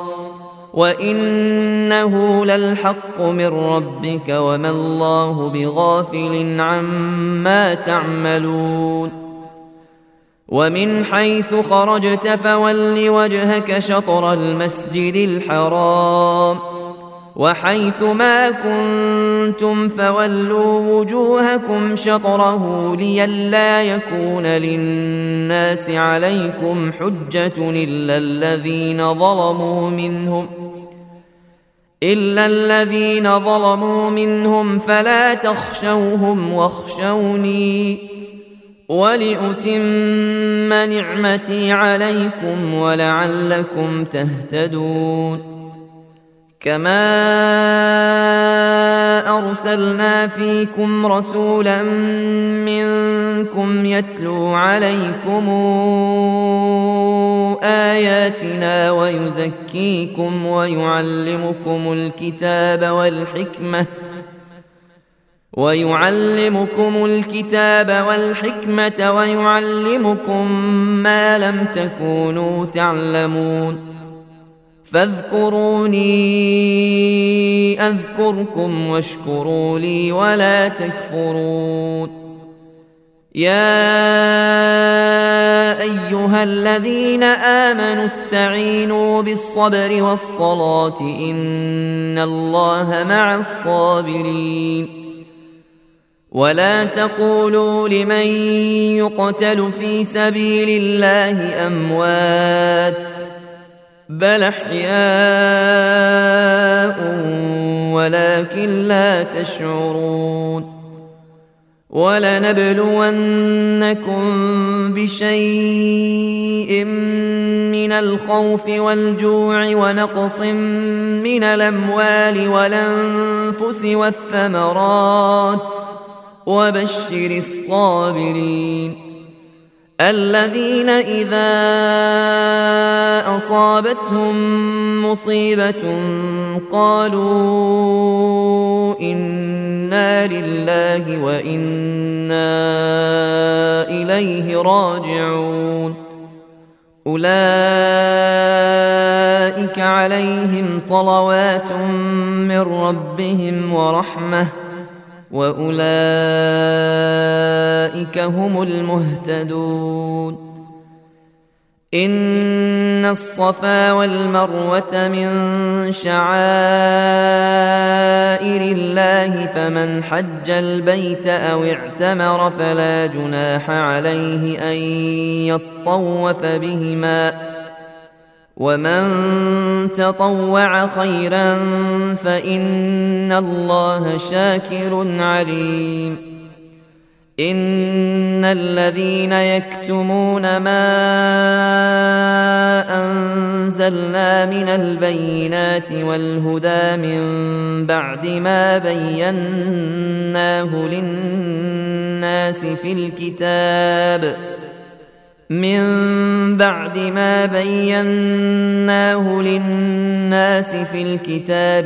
وإنه للحق من ربك وما الله بغافل عما تعملون ومن حيث خرجت فول وجهك شطر المسجد الحرام وحيث ما كنتم فولوا وجوهكم شطره لئلا يكون للناس عليكم حجة إلا الذين ظلموا منهم إلا الذين ظلموا منهم فلا تخشوهم واخشوني ولأتم نعمتي عليكم ولعلكم تهتدون كما أرسلنا فيكم رسولا منكم يتلو عليكم آياتنا ويزكيكم ويعلمكم الكتاب والحكمة ويعلمكم الكتاب والحكمة ويعلمكم ما لم تكونوا تعلمون فاذكروني أذكركم واشكروا لي ولا تكفرون يا أيها الذين آمنوا استعينوا بالصبر والصلاة إن الله مع الصابرين ولا تقولوا لمن يقتل في سبيل الله أموات بل أحياء ولكن لا تشعرون ولنبلونكم بشيء من الخوف والجوع ونقص من الأموال والأنفس والثمرات وبشر الصابرين الذين إذا أصابتهم مصيبة قالوا إنا لله وإنا إليه راجعون أولئك عليهم صلوات من ربهم ورحمة وأولئك هم المهتدون إن الصفا والمروة من شعائر الله فمن حج البيت أو اعتمر فلا جناح عليه أن يطوف بهما ومن تطوع خيرا فإن الله شاكر عليم إن الذين يكتمون ما أنزلنا من البينات والهدى من بعد ما بيناه للناس في الكتاب من بعد ما بيناه للناس في الكتاب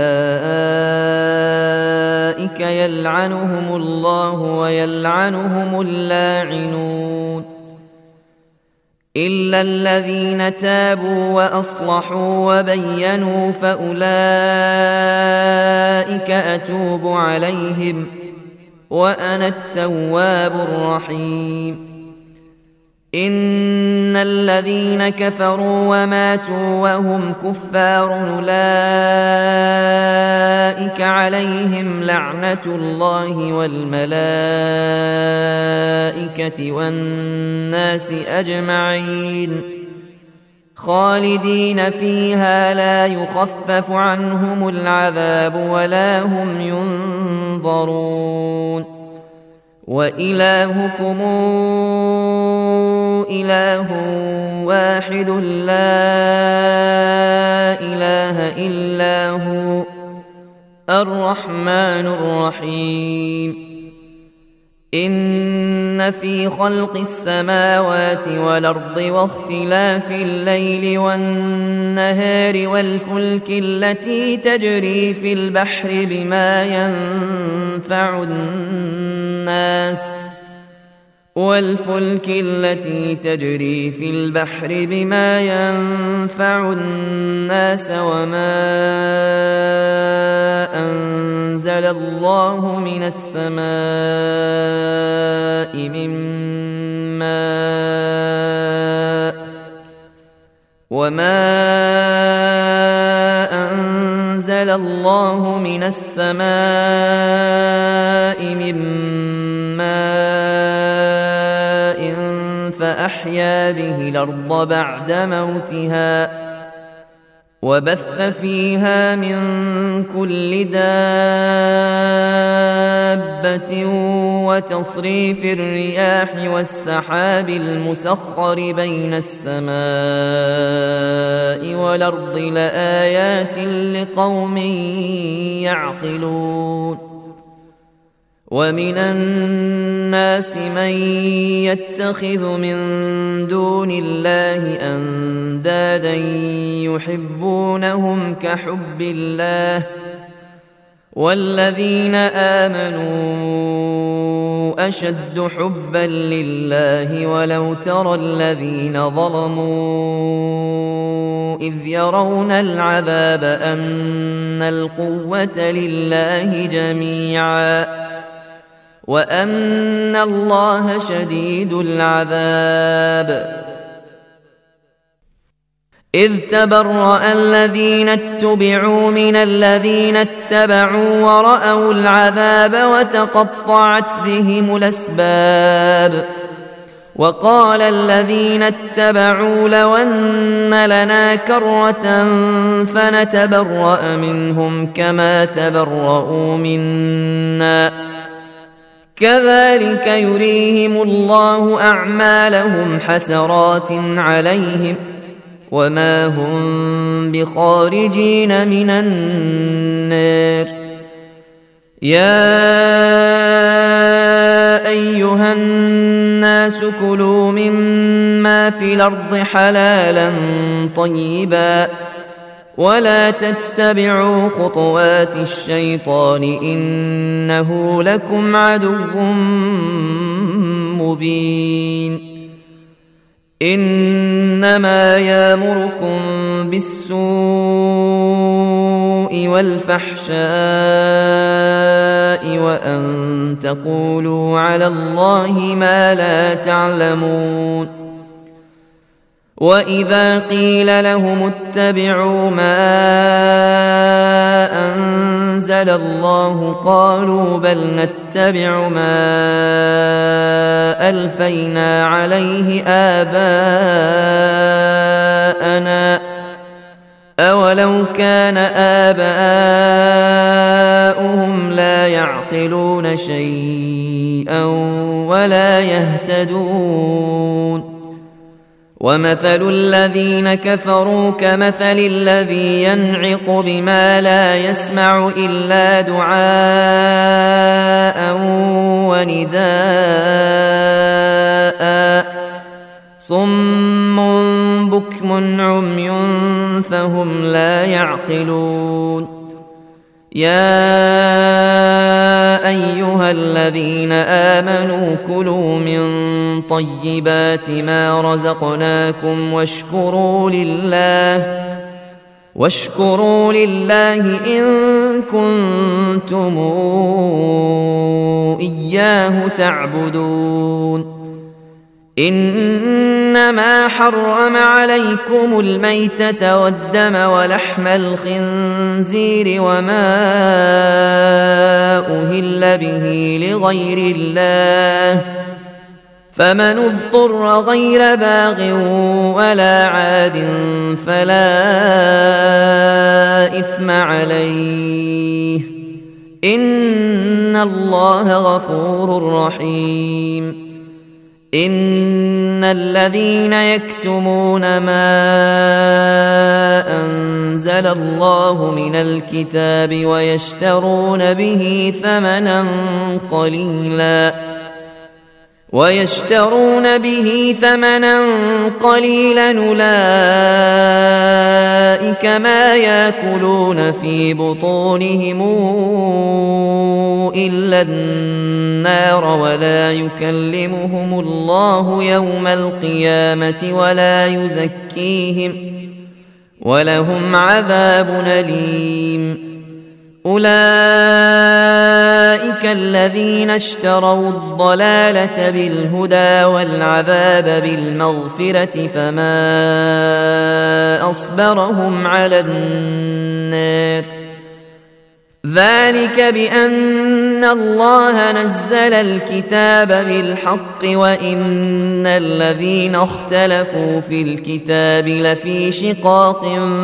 أولئك يلعنهم الله ويلعنهم اللاعنون إلا الذين تابوا وأصلحوا وبينوا فأولئك أتوب عليهم وأنا التواب الرحيم إن الذين كفروا وماتوا وهم كفار أولئك عليهم لعنة الله والملائكة والناس أجمعين خالدين فيها لا يخفف عنهم العذاب ولا هم ينظرون وإلهكم إله واحد لا إله إلا هو الرحمن الرحيم إن في خلق السماوات والأرض واختلاف الليل والنهار والفلك التي تجري في البحر بما ينفع الناس والفلك التي تجري في البحر بما ينفع الناس وما أنزل الله من السماء من ماء وما أنزل الله من السماء من ماء فأحيا به الأرض بعد موتها وبث فيها من كل دابة وتصريف الرياح والسحاب المسخر بين السماء والأرض لآيات لقوم يعقلون ومن الناس من يتخذ من دون الله أندادا يحبونهم كحب الله والذين آمنوا أشد حبا لله ولو ترى الذين ظلموا إذ يرون العذاب أن القوة لله جميعا وأن الله شديد العذاب إذ تبرأ الذين اتبعوا من الذين اتبعوا ورأوا العذاب وتقطعت بهم الأسباب وقال الذين اتبعوا لو أن لنا كرة فنتبرأ منهم كما تبرؤوا منا كذلك يريهم الله أعمالهم حسرات عليهم وما هم بخارجين من النار. يا أيها الناس كلوا مما في الأرض حلالا طيبا ولا تتبعوا خطوات الشيطان إنه لكم عدو مبين. إنما يأمركم بالسوء والفحشاء وأن تقولوا على الله ما لا تعلمون. وإذا قيل لهم اتبعوا ما أنزل الله قالوا بل نتبع ما ألفينا عليه آباءنا أولو كان آباؤهم لا يعقلون شيئا ولا يهتدون. ومثل الذين كفروا كمثل الذي ينعق بما لا يسمع إلا دعاء ونداء صم بكم عمي فهم لا يعقلون. يا أيها الذين آمنوا كلوا من طيبات ما رزقناكم واشكروا لله واشكروا لله إن كنتم إياه تعبدون. إنما حرم عليكم الميتة والدم ولحم الخنزير وما أهل به لغير الله فمن اضطر غير باغ ولا عاد فلا إثم عليه إن الله غفور رحيم. إن الذين يكتمون ما أنزل الله من الكتاب ويشترون به ثمنا قليلا ويشترون به ثمنا قليلا أولئك ما يأكلون في بطونهم إلا النار ولا يكلمهم الله يوم القيامة ولا يزكيهم ولهم عذاب أليم. أولئك الذين اشتروا الضلالة بالهدى والعذاب بالمغفرة فما أصبرهم على النار. ذلك بأن الله نزل الكتاب بالحق وإن الذين اختلفوا في الكتاب لفي شقاق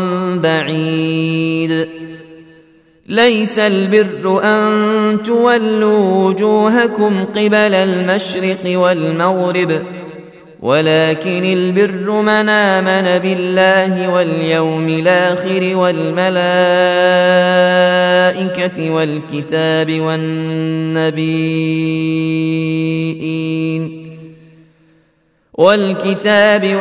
بعيد. ليس البر أن تولوا وجوهكم قبل المشرق والمغرب ولكن البر من آمن بالله واليوم الآخر والملائكة والكتاب والنبيين والكتاب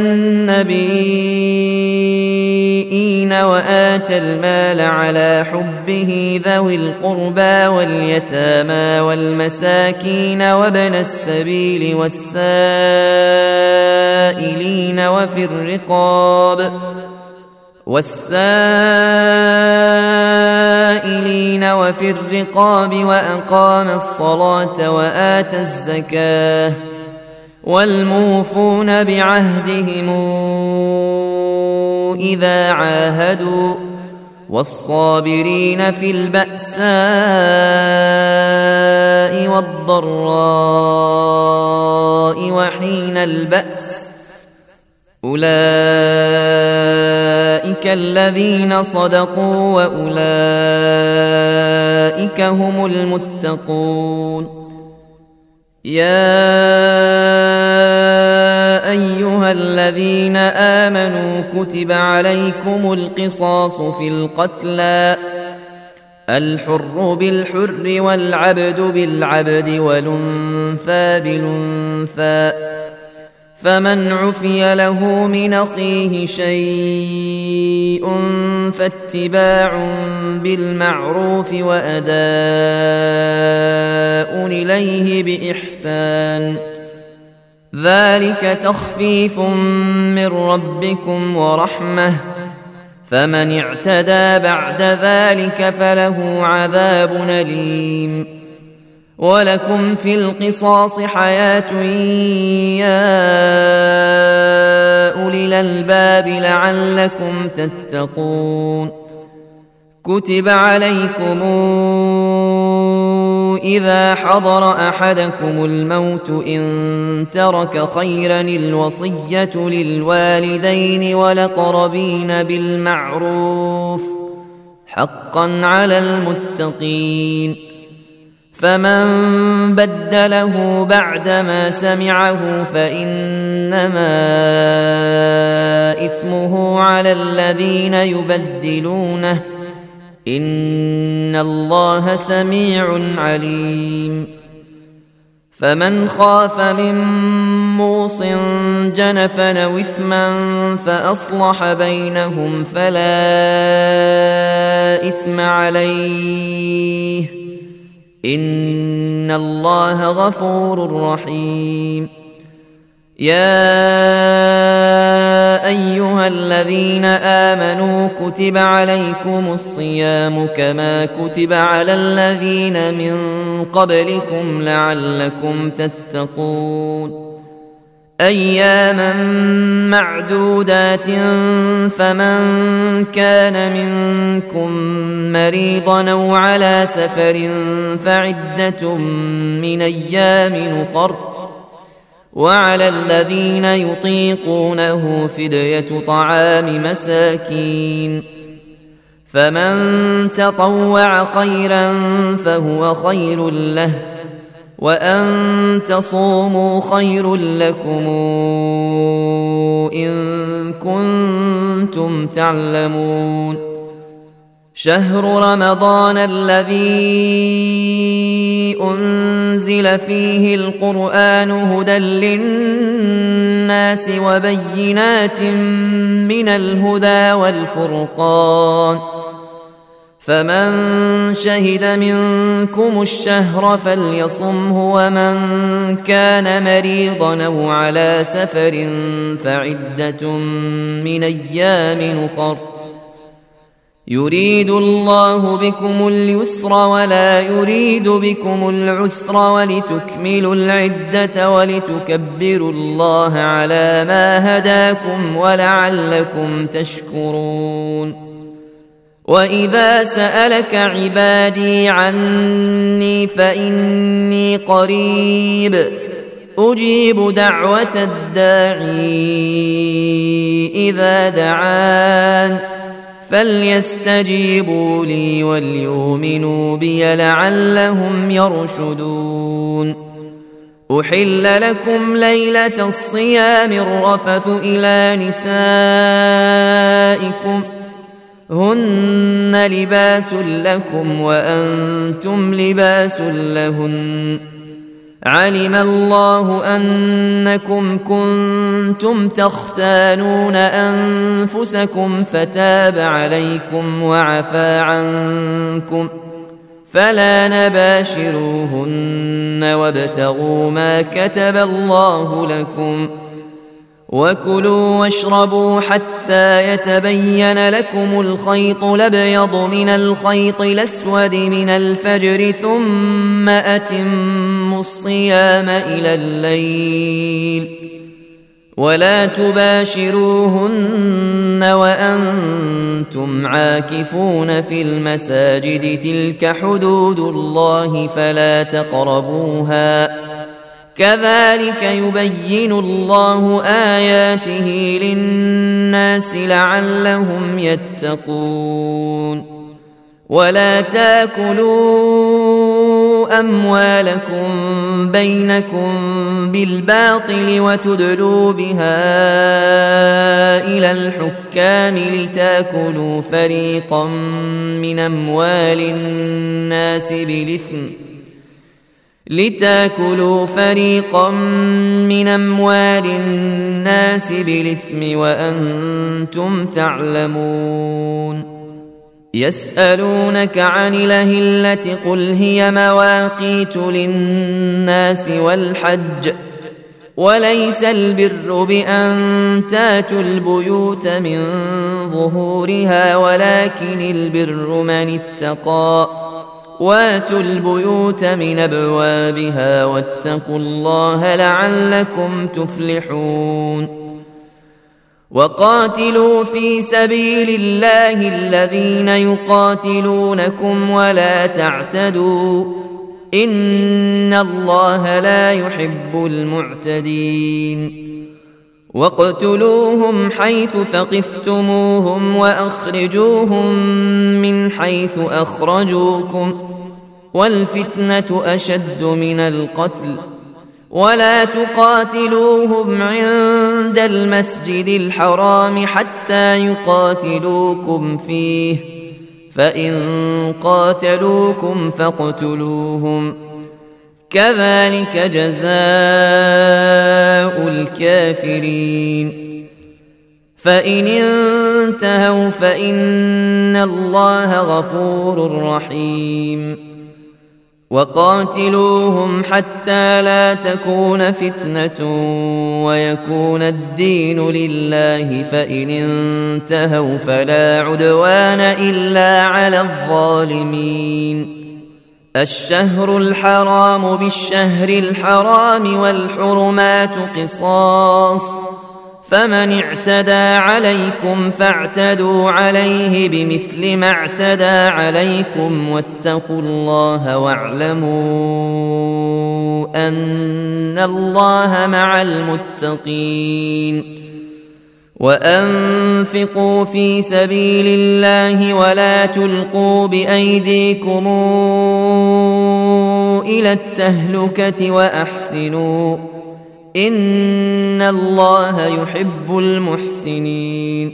والنبيين وآتى المال على حبه ذوي القربى واليتامى والمساكين وابن السبيل والسائلين وفي الرقاب والسائلين وفي الرقاب وأقام الصلاة وآتى الزكاة والموفون بعهدهم إذا عاهدوا والصابرين في البأساء والضراء وحين البأس أولئك الذين صدقوا وأولئك هم المتقون. يا أيها الذين آمنوا كتب عليكم القصاص في القتلى الحر بالحر والعبد بالعبد والأنثى بالأنثى فمن عفي له من أخيه شيء فاتباع بالمعروف وأداء إليه بإحسان ذلك تخفيف من ربكم ورحمة فمن اعتدى بعد ذلك فله عذاب أليم ولكم في القصاص حياة يا أولي الألباب لعلكم تتقون كتب عليكم إذا حضر أحدكم الموت إن ترك خيرا الوصية للوالدين والأقربين بالمعروف حقا على المتقين فمن بدله بعدما سمعه فإنما إثمه على الذين يبدلونه إن الله سميع عليم فمن خاف من موص جنفا أو إثما فأصلح بينهم فلا إثم عليه إن الله غفور رحيم يا أيها الذين آمنوا كتب عليكم الصيام كما كتب على الذين من قبلكم لعلكم تتقون أياما معدودات فمن كان منكم مريضا أو على سفر فعدة من أيام أخر وعلى الذين يطيقونه فدية طعام مساكين فمن تطوع خيرا فهو خير له وأن تصوموا خير لكم إن كنتم تعلمون شهر رمضان الذي أنزل فيه القرآن هدى للناس وبينات من الهدى والفرقان فمن شهد منكم الشهر فليصمه ومن كان مريضا أو على سفر فعدة من أيام أخر يريد الله بكم اليسر ولا يريد بكم العسر ولتكملوا العدة ولتكبروا الله على ما هداكم ولعلكم تشكرون وإذا سألك عبادي عني فإني قريب أجيب دعوة الداعي إذا دعان فليستجيبوا لي وليؤمنوا بي لعلهم يرشدون أحل لكم ليلة الصيام الرفث إلى نسائكم هن لباس لكم وأنتم لباس لهن علم الله أنكم كنتم تختانون أنفسكم فتاب عليكم وعفى عنكم فلا نباشروهن وابتغوا ما كتب الله لكم وكلوا واشربوا حتى يتبين لكم الخيط الأبيض من الخيط الأسود من الفجر ثم أتموا الصيام إلى الليل ولا تباشروهن وأنتم عاكفون في المساجد تلك حدود الله فلا تقربوها كذلك يبين الله آياته للناس لعلهم يتقون ولا تاكلوا أموالكم بينكم بالباطل وتدلوا بها إلى الحكام لتأكلوا فريقا من أموال الناس بالإثم لتأكلوا فريقا من أموال الناس بالإثم وأنتم تعلمون. يسألونك عن الأهلة قل هي مواقيت للناس والحج وليس البر بأن تاتوا البيوت من ظهورها ولكن البر من اتقى واتوا البيوت من أبوابها واتقوا الله لعلكم تفلحون. وقاتلوا في سبيل الله الذين يقاتلونكم ولا تعتدوا إن الله لا يحب المعتدين. واقتلوهم حيث ثقفتموهم وأخرجوهم من حيث أخرجوكم والفتنة أشد من القتل ولا تقاتلوهم عند المسجد الحرام حتى يقاتلوكم فيه فإن قاتلوكم فاقتلوهم كذلك جزاء الكافرين. فإن انتهوا فإن الله غفور رحيم. وقاتلوهم حتى لا تكون فتنة ويكون الدين لله فإن انتهوا فلا عدوان إلا على الظالمين. الشهر الحرام بالشهر الحرام والحرمات قصاص فمن اعتدى عليكم فاعتدوا عليه بمثل ما اعتدى عليكم واتقوا الله واعلموا أن الله مع المتقين. وأنفقوا في سبيل الله ولا تلقوا بأيديكم إلى التهلكة وأحسنوا إن الله يحب المحسنين.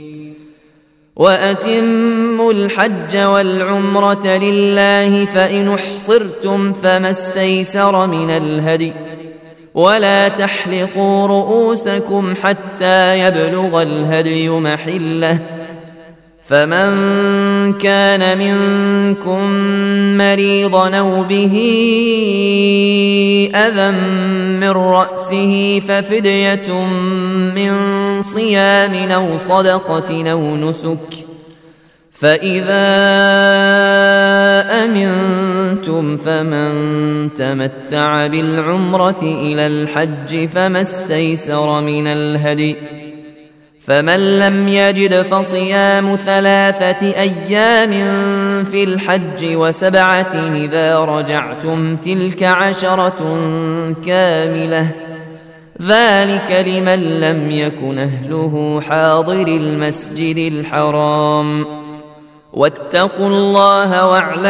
وأتموا الحج والعمرة لله فإن احصرتم فما استيسر من الهدي ولا تحلقوا رؤوسكم حتى يبلغ الهدي محله فمن كان منكم مريضا أو به أذى من رأسه ففدية من صيام أو صدقة أو نسك فإذا أمنتم فمن تمتع بالعمرة إلى الحج فما استيسر من الهدي فمن لم يجد فصيام ثلاثة أيام في الحج وسبعة إذا رجعتم تلك عشرة كاملة ذلك لمن لم يكن أهله حاضر المسجد الحرام واتقوا الله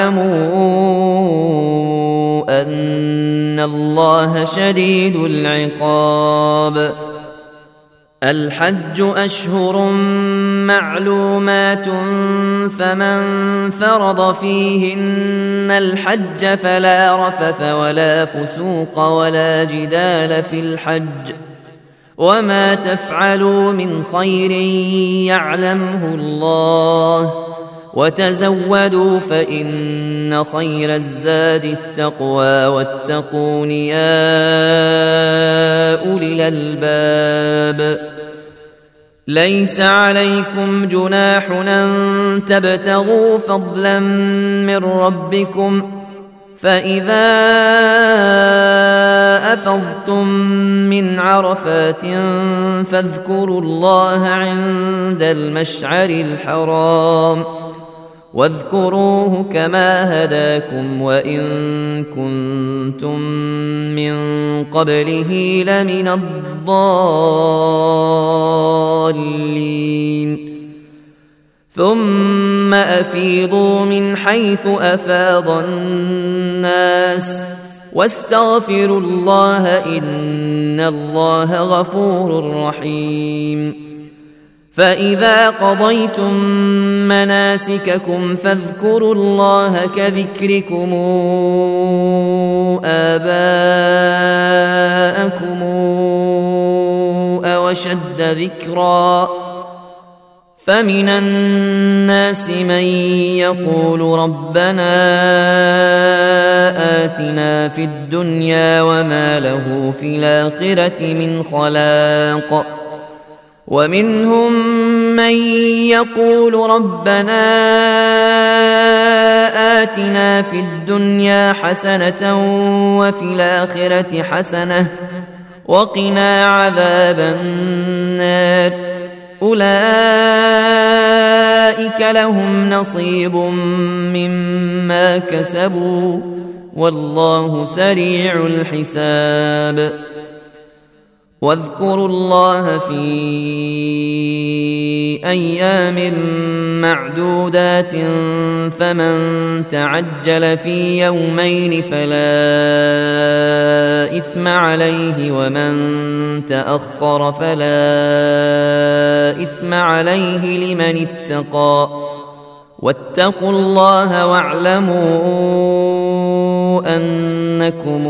واعلموا أن الله شديد العقاب. الحج أشهر معلومات فمن فرض فيهن الحج فلا رفث ولا فسوق ولا جدال في الحج وما تفعلوا من خير يعلمه الله وتزودوا فإن خير الزاد التقوى واتقون يا أولي الألباب. ليس عليكم جناح أن تبتغوا فضلا من ربكم فإذا أفضتم من عرفات فاذكروا الله عند المشعر الحرام واذكروه كما هداكم وإن كنتم من قبله لمن الضالين. ثم أفيضوا من حيث أفاض الناس واستغفروا الله إن الله غفور رحيم. فإذا قضيتم مناسككم فاذكروا الله كذكركم آباءكم أو أشد ذكرا. فمن الناس من يقول ربنا آتنا في الدنيا وما له في الآخرة من خلاق. ومنهم من يقول ربنا آتنا في الدنيا حسنة وفي الآخرة حسنة وقنا عذاب النار. أولئك لهم نصيب مما كسبوا والله سريع الحساب. واذكروا الله في أيام معدودات فمن تعجل في يومين فلا إثم عليه ومن تأخر فلا إثم عليه لمن اتقى. واتقوا الله واعلموا أنكم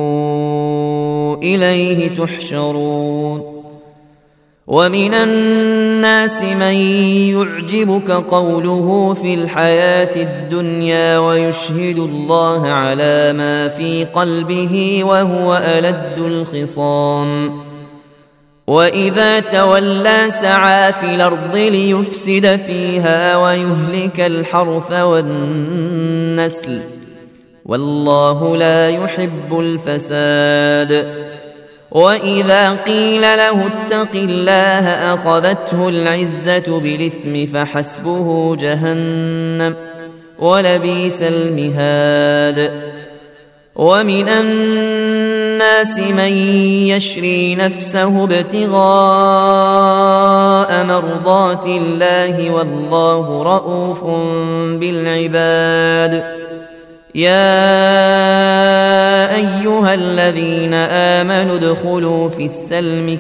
إليه تحشرون. ومن الناس من يعجبك قوله في الحياة الدنيا ويشهد الله على ما في قلبه وهو ألد الخصام. وإذا تولى سعى في الأرض ليفسد فيها ويهلك الحرث والنسل والله لا يحب الفساد. وإذا قيل له اتق الله أخذته العزة بالإثم فحسبه جهنم ولبئس المهاد. ومن الناس من يشري نفسه ابتغاء مرضات الله والله رؤوف بالعباد. يا أيها الذين آمنوا ادخلوا في السلم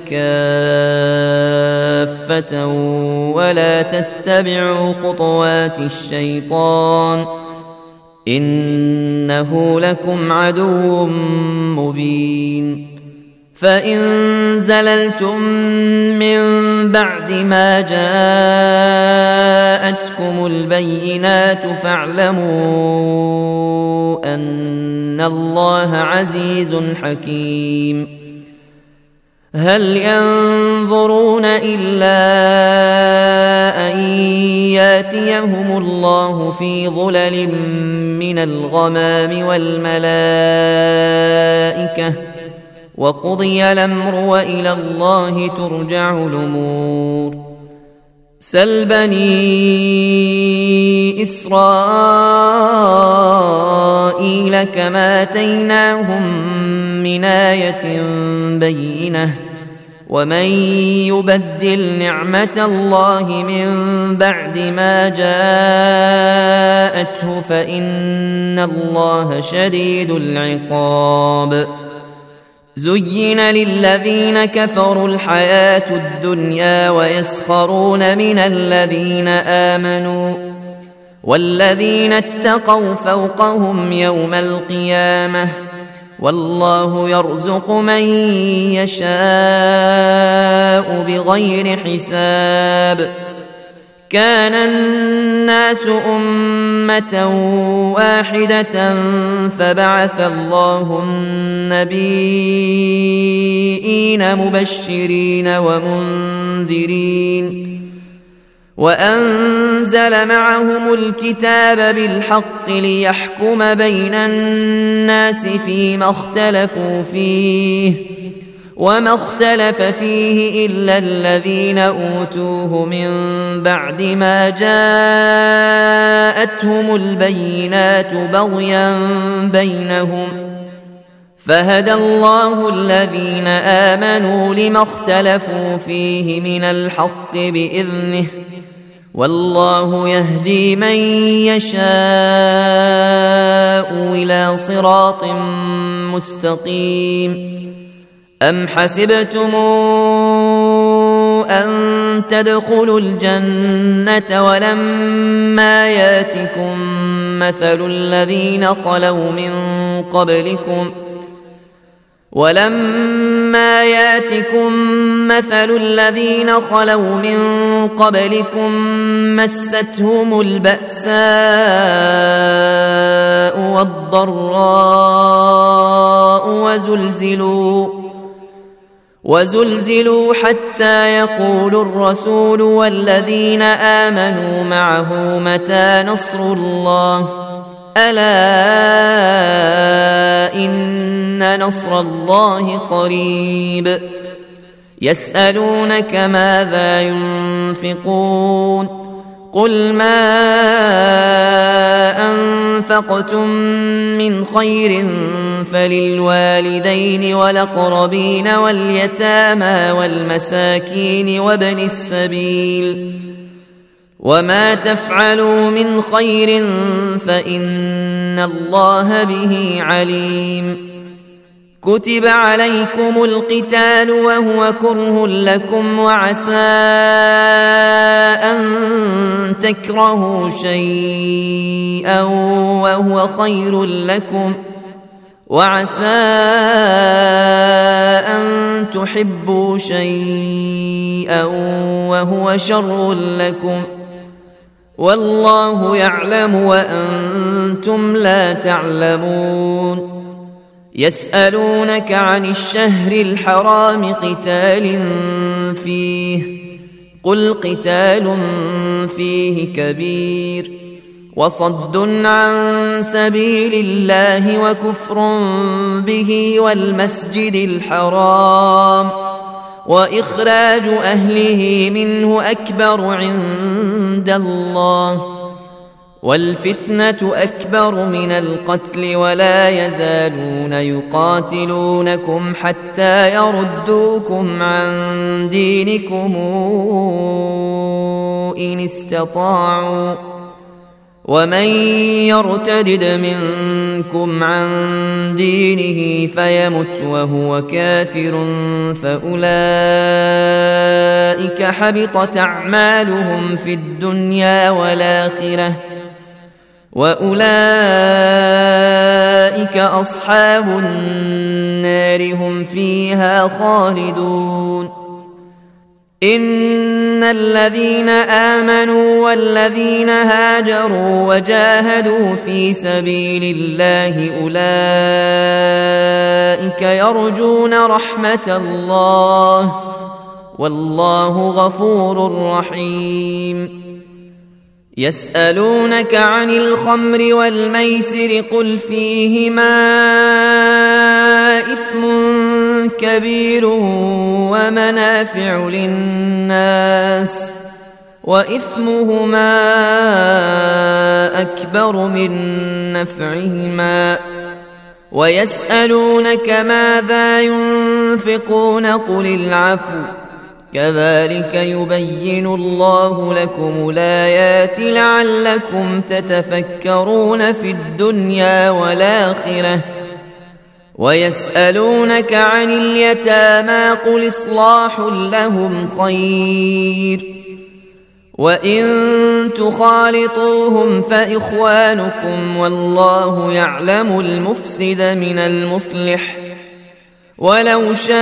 كافة ولا تتبعوا خطوات الشيطان إنه لكم عدو مبين. فإن زللتم من بعد ما جاءتكم البينات فاعلموا أن الله عزيز حكيم. هل ينظرون إلا أن ياتيهم الله في ظلل من الغمام والملائكة وقضي الأمر وإلى الله ترجع الأمور. سل بني إسرائيل كما آتيناهم من آية بينة ومن يبدل نعمة الله من بعد ما جاءته فإن الله شديد العقاب. زين للذين كفروا الحياة الدنيا ويسخرون من الذين آمنوا والذين اتقوا فوقهم يوم القيامة والله يرزق من يشاء بغير حساب. كان الناس أمة واحدة فبعث الله النبيين مبشرين ومنذرين وأنزل معهم الكتاب بالحق ليحكم بين الناس فيما اختلفوا فيه وما اختلف فيه إلا الذين أوتوه من بعد ما جاءتهم البينات بغيا بينهم فهدى الله الذين آمنوا لما اختلفوا فيه من الحق بإذنه والله يهدي من يشاء إلى صراط مستقيم. أم حسبتم أن تدخلوا الجنة ولما ياتكم مثل الذين خلوا من قبلكم ولما ياتكم مثل الذين خلوا من قبلكم مستهم البأساء والضراء وزلزلوا وزلزلوا حتى يقول الرسول والذين آمنوا معه متى نصر الله ألا إن نصر الله قريب. يسألونك ماذا ينفقون قل ما أنفقتم من خير فللوالدين والأقربين واليتامى والمساكين وابن السبيل وما تفعلوا من خير فإن الله به عليم. كتب عليكم القتال وهو كره لكم وعسى أن تكرهوا شيئا وهو خير لكم وعسى أن تحبوا شيئا وهو شر لكم والله يعلم وأنتم لا تعلمون. يسألونك عن الشهر الحرام قتال فيه قل قتال فيه كبير وصد عن سبيل الله وكفر به والمسجد الحرام وإخراج أهله منه أكبر عند الله والفتنة أكبر من القتل ولا يزالون يقاتلونكم حتى يردوكم عن دينكم إن استطاعوا ومن يرتدد منكم عن دينه فيمت وهو كافر فأولئك حبطت أعمالهم في الدنيا والآخرة وأولئك أصحاب النار هم فيها خالدون. إن الذين آمنوا والذين هاجروا وجاهدوا في سبيل الله أولئك يرجون رحمة الله والله غفور رحيم. يسألونك عن الخمر والميسر قل فيهما إثم كبير ومنافع للناس وإثمهما أكبر من نفعهما ويسألونك ماذا ينفقون قل العفو كذلك يبين الله لكم الآيات لعلكم تتفكرون في الدنيا والآخرة. ويسألونك عن اليتامى قل إصلاح لهم خير وإن تخالطوهم فإخوانكم والله يعلم المفسد من المصلح ولو شاء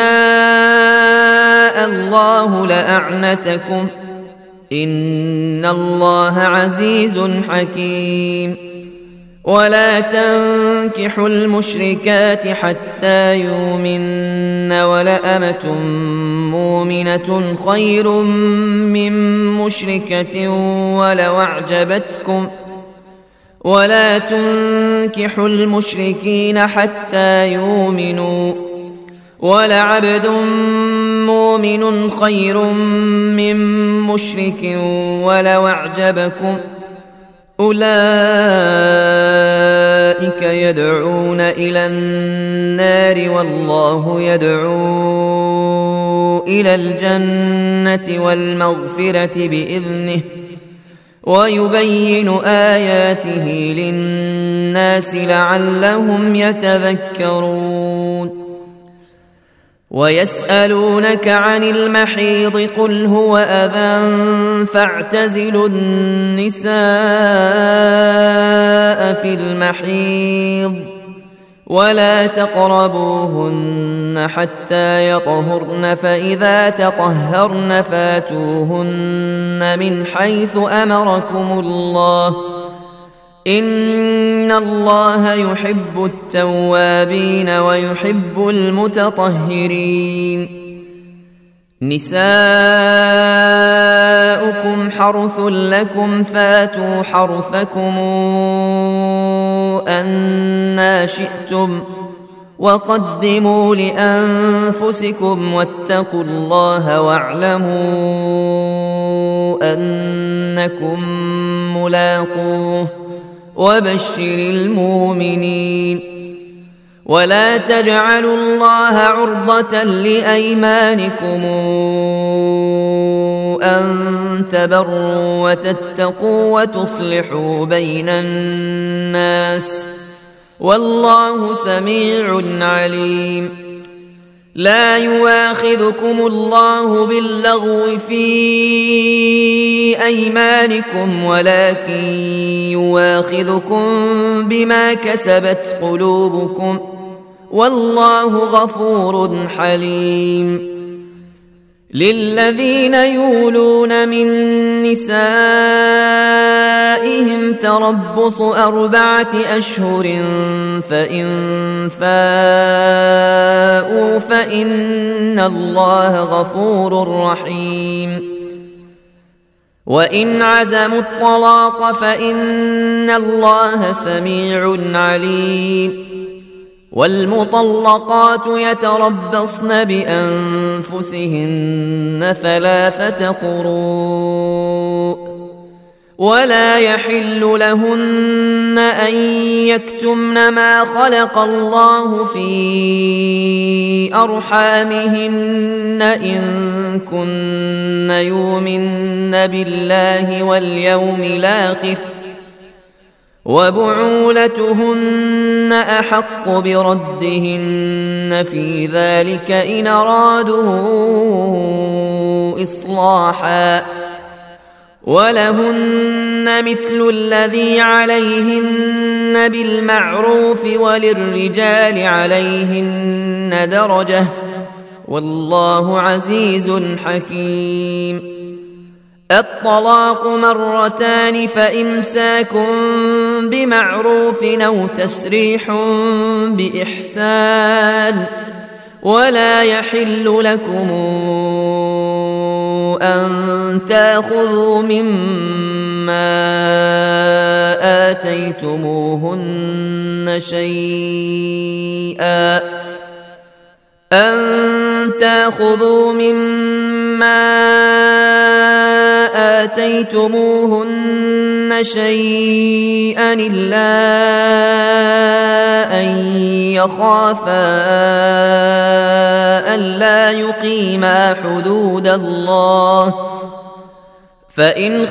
الله لأعنتكم إن الله عزيز حكيم. ولا تنكحوا المشركات حتى يؤمن ولأمة مؤمنة خير من مشركة ولو أعجبتكم ولا تنكحوا المشركين حتى يؤمنوا ولعبد مؤمن خير من مشرك ولو أعجبكم أولئك يدعون إلى النار والله يدعو إلى الجنة والمغفرة بإذنه ويبين آياته للناس لعلهم يتذكرون ويسألونك عن المحيض قل هو أذى فاعتزلوا النساء في المحيض ولا تقربوهن حتى يطهرن فإذا تطهرن فاتوهن من حيث أمركم الله إن الله يحب التوابين ويحب المتطهرين نساؤكم حرث لكم فاتوا حرثكم أنى شئتم وقدموا لأنفسكم واتقوا الله واعلموا أنكم ملاقوه وبشر المؤمنين ولا تجعلوا الله عرضة لأيمانكم أن تبروا وتتقوا وتصلحوا بين الناس والله سميع عليم لا يواخذكم الله باللغو في أيمانكم ولكن يواخذكم بما كسبت قلوبكم والله غفور حليم للذين يولون من نسائهم تربص أربعة أشهر فإن فاءوا فإن الله غفور رحيم وإن عزموا الطلاق فإن الله سميع عليم والمطلقات يتربصن بأنفسهن ثلاثة قروء ولا يحل لهن أن يكتمن ما خلق الله في أرحامهن إن كن يؤمن بالله واليوم الآخر وبعولتهن أحق بردهن في ذلك إن أرادوا إصلاحا ولهن مثل الذي عليهن بالمعروف وللرجال عليهن درجة والله عزيز حكيم الطلاق مرتان فإمساك بمعروف أو تسريح بإحسان ولا يحل لكم أن تأخذوا مما آتيتموهن شيئا أن تأخذوا مما آتيتموهن شيئا إلا أن يخافا ألا يقيما حدود الله فإن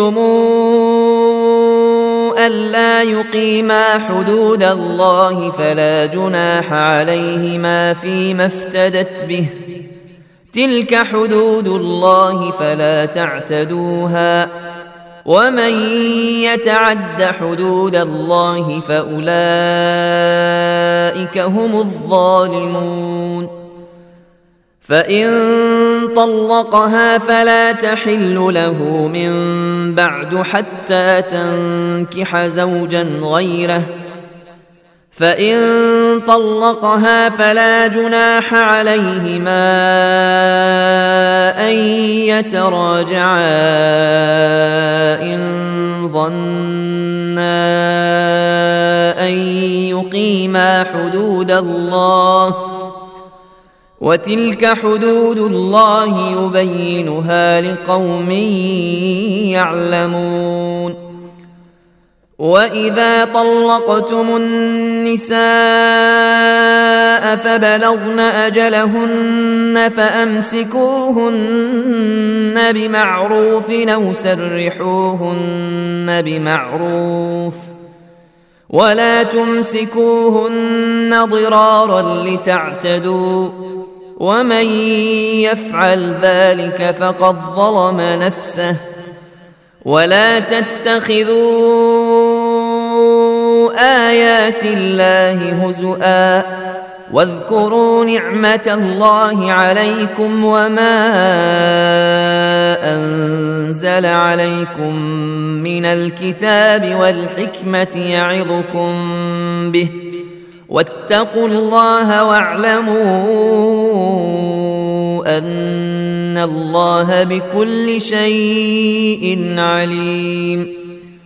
خفتموا ألا يقيما حدود الله فلا جناح عليهما فيما افتدت به تلك حدود الله فلا تعتدوها ومن يتعد حدود الله فأولئك هم الظالمون فإن طلقها فلا تحل له من بعد حتى تنكح زوجا غيره فإن طلقها فلا جناح عليهما أن يتراجعا إن ظنا أن يقيما حدود الله وتلك حدود الله يبينها لقوم يعلمون وإذا طلقتم النساء فبلغن أجلهن فأمسكوهن بمعروف أو سرحوهن بمعروف ولا تمسكوهن ضرارا لتعتدوا ومن يفعل ذلك فقد ظلم نفسه ولا تتخذوا آيات الله هزؤا واذكروا نعمة الله عليكم وما أنزل عليكم من الكتاب والحكمة يعظكم به واتقوا الله واعلموا أن الله بكل شيء عليم.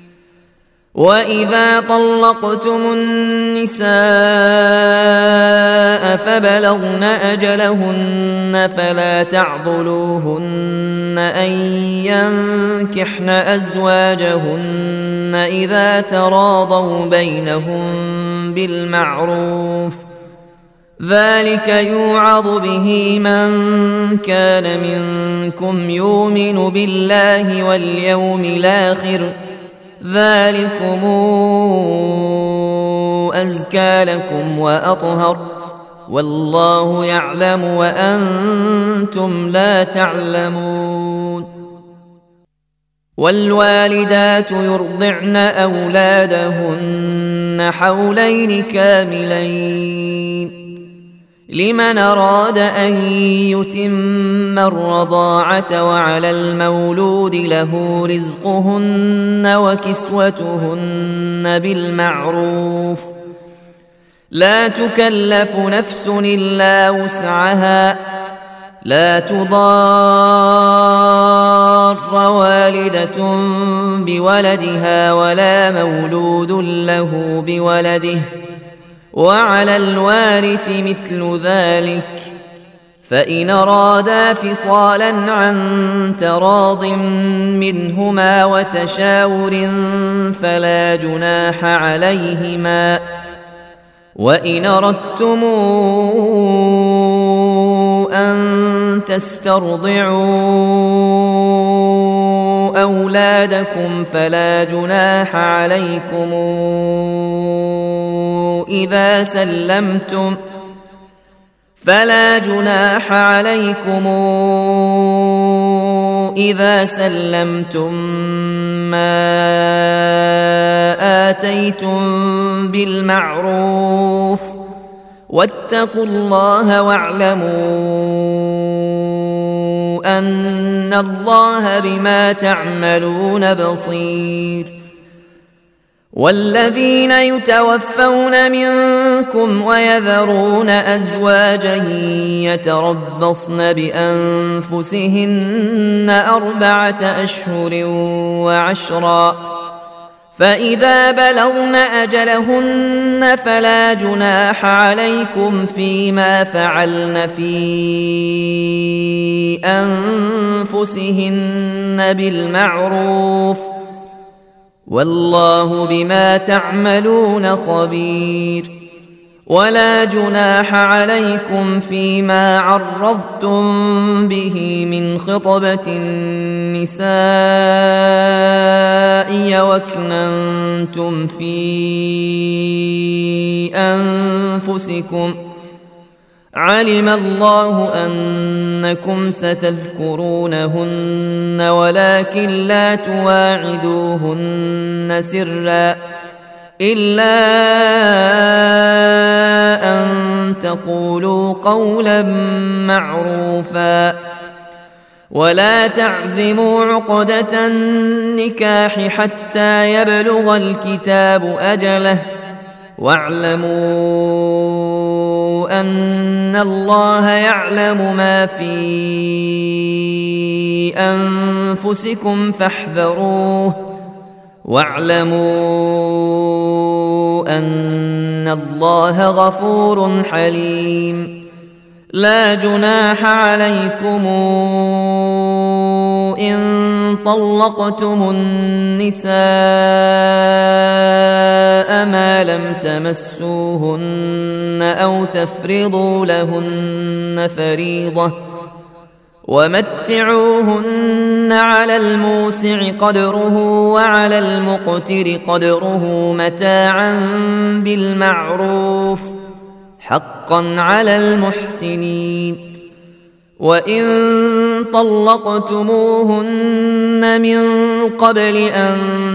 وإذا طلقتم النساء فبلغن أجلهن فلا تعضلوهن أن ينكحن أزواجهن إذا تراضوا بينهم بالمعروف ذلك يوعظ به من كان منكم يؤمن بالله واليوم الآخر ذلكم أزكى لكم وأطهر والله يعلم وأنتم لا تعلمون. والوالدات يرضعن أولادهن حولين كاملين لمن أراد أن يتم الرضاعة وعلى المولود له رزقهن وكسوتهن بالمعروف لا تكلف نفس إلا وسعها لا تضار والدة بولدها ولا مولود له بولده وعلى الوارث مثل ذلك فإن أرادا فصالا عن تراض منهما وتشاور فلا جناح عليهما وإن أردتم أن تسترضعوا أولادكم فلا جناح عليكم إذا سلمتم فلا جناح عليكم إذا سلمتم ما آتيتم بالمعروف واتقوا الله واعلموا أن الله بما تعملون بصير. والذين يتوفون منكم ويذرون أزواجا يتربصن بأنفسهن أربعة أشهر وعشرا فإذا بلغن أجلهن فلا جناح عليكم فيما فعلن في أنفسهن بالمعروف والله بما تعملون خبير. ولا جناح عليكم فيما عرضتم به من خطبة النساء وأكننتم في أنفسكم علم الله أنكم ستذكرونهن ولكن لا تواعدوهن سرا إلا أن تقولوا قولا معروفا ولا تعزموا عقدة النكاح حتى يبلغ الكتاب أجله واعلموا أن الله يعلم ما في أنفسكم فاحذروه واعلموا أن الله غفور حليم. لا جناح عليكم إن طلقتم النساء ما لم تمسوهن أو تفرضوا لهن فريضة ومتعوهن على الموسع قدره وعلى المقتر قدره متاعا بالمعروف حقا على المحسنين. وإن طلقتموهن من قبل أن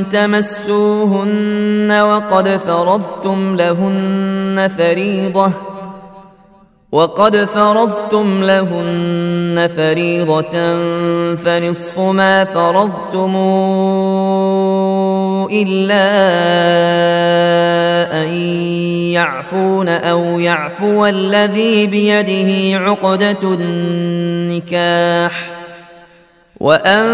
تمسوهن وقد فرضتم لهن فريضة وقد فرضتم لهن فريضة فنصف ما فرضتم إلا أن يعفون أو يعفو الذي بيده عقدة النكاح وأن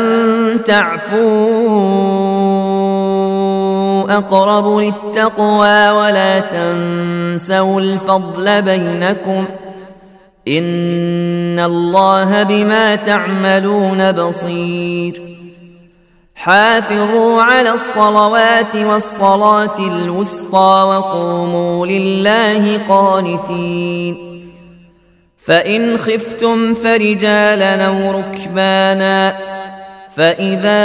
تعفوا أقرب للتقوى ولا تنسوا الفضل بينكم إن الله بما تعملون بصير. حافظوا على الصلوات والصلاة الوسطى وقوموا لله قانتين. فإن خفتم فرجالا أو ركبانا فإذا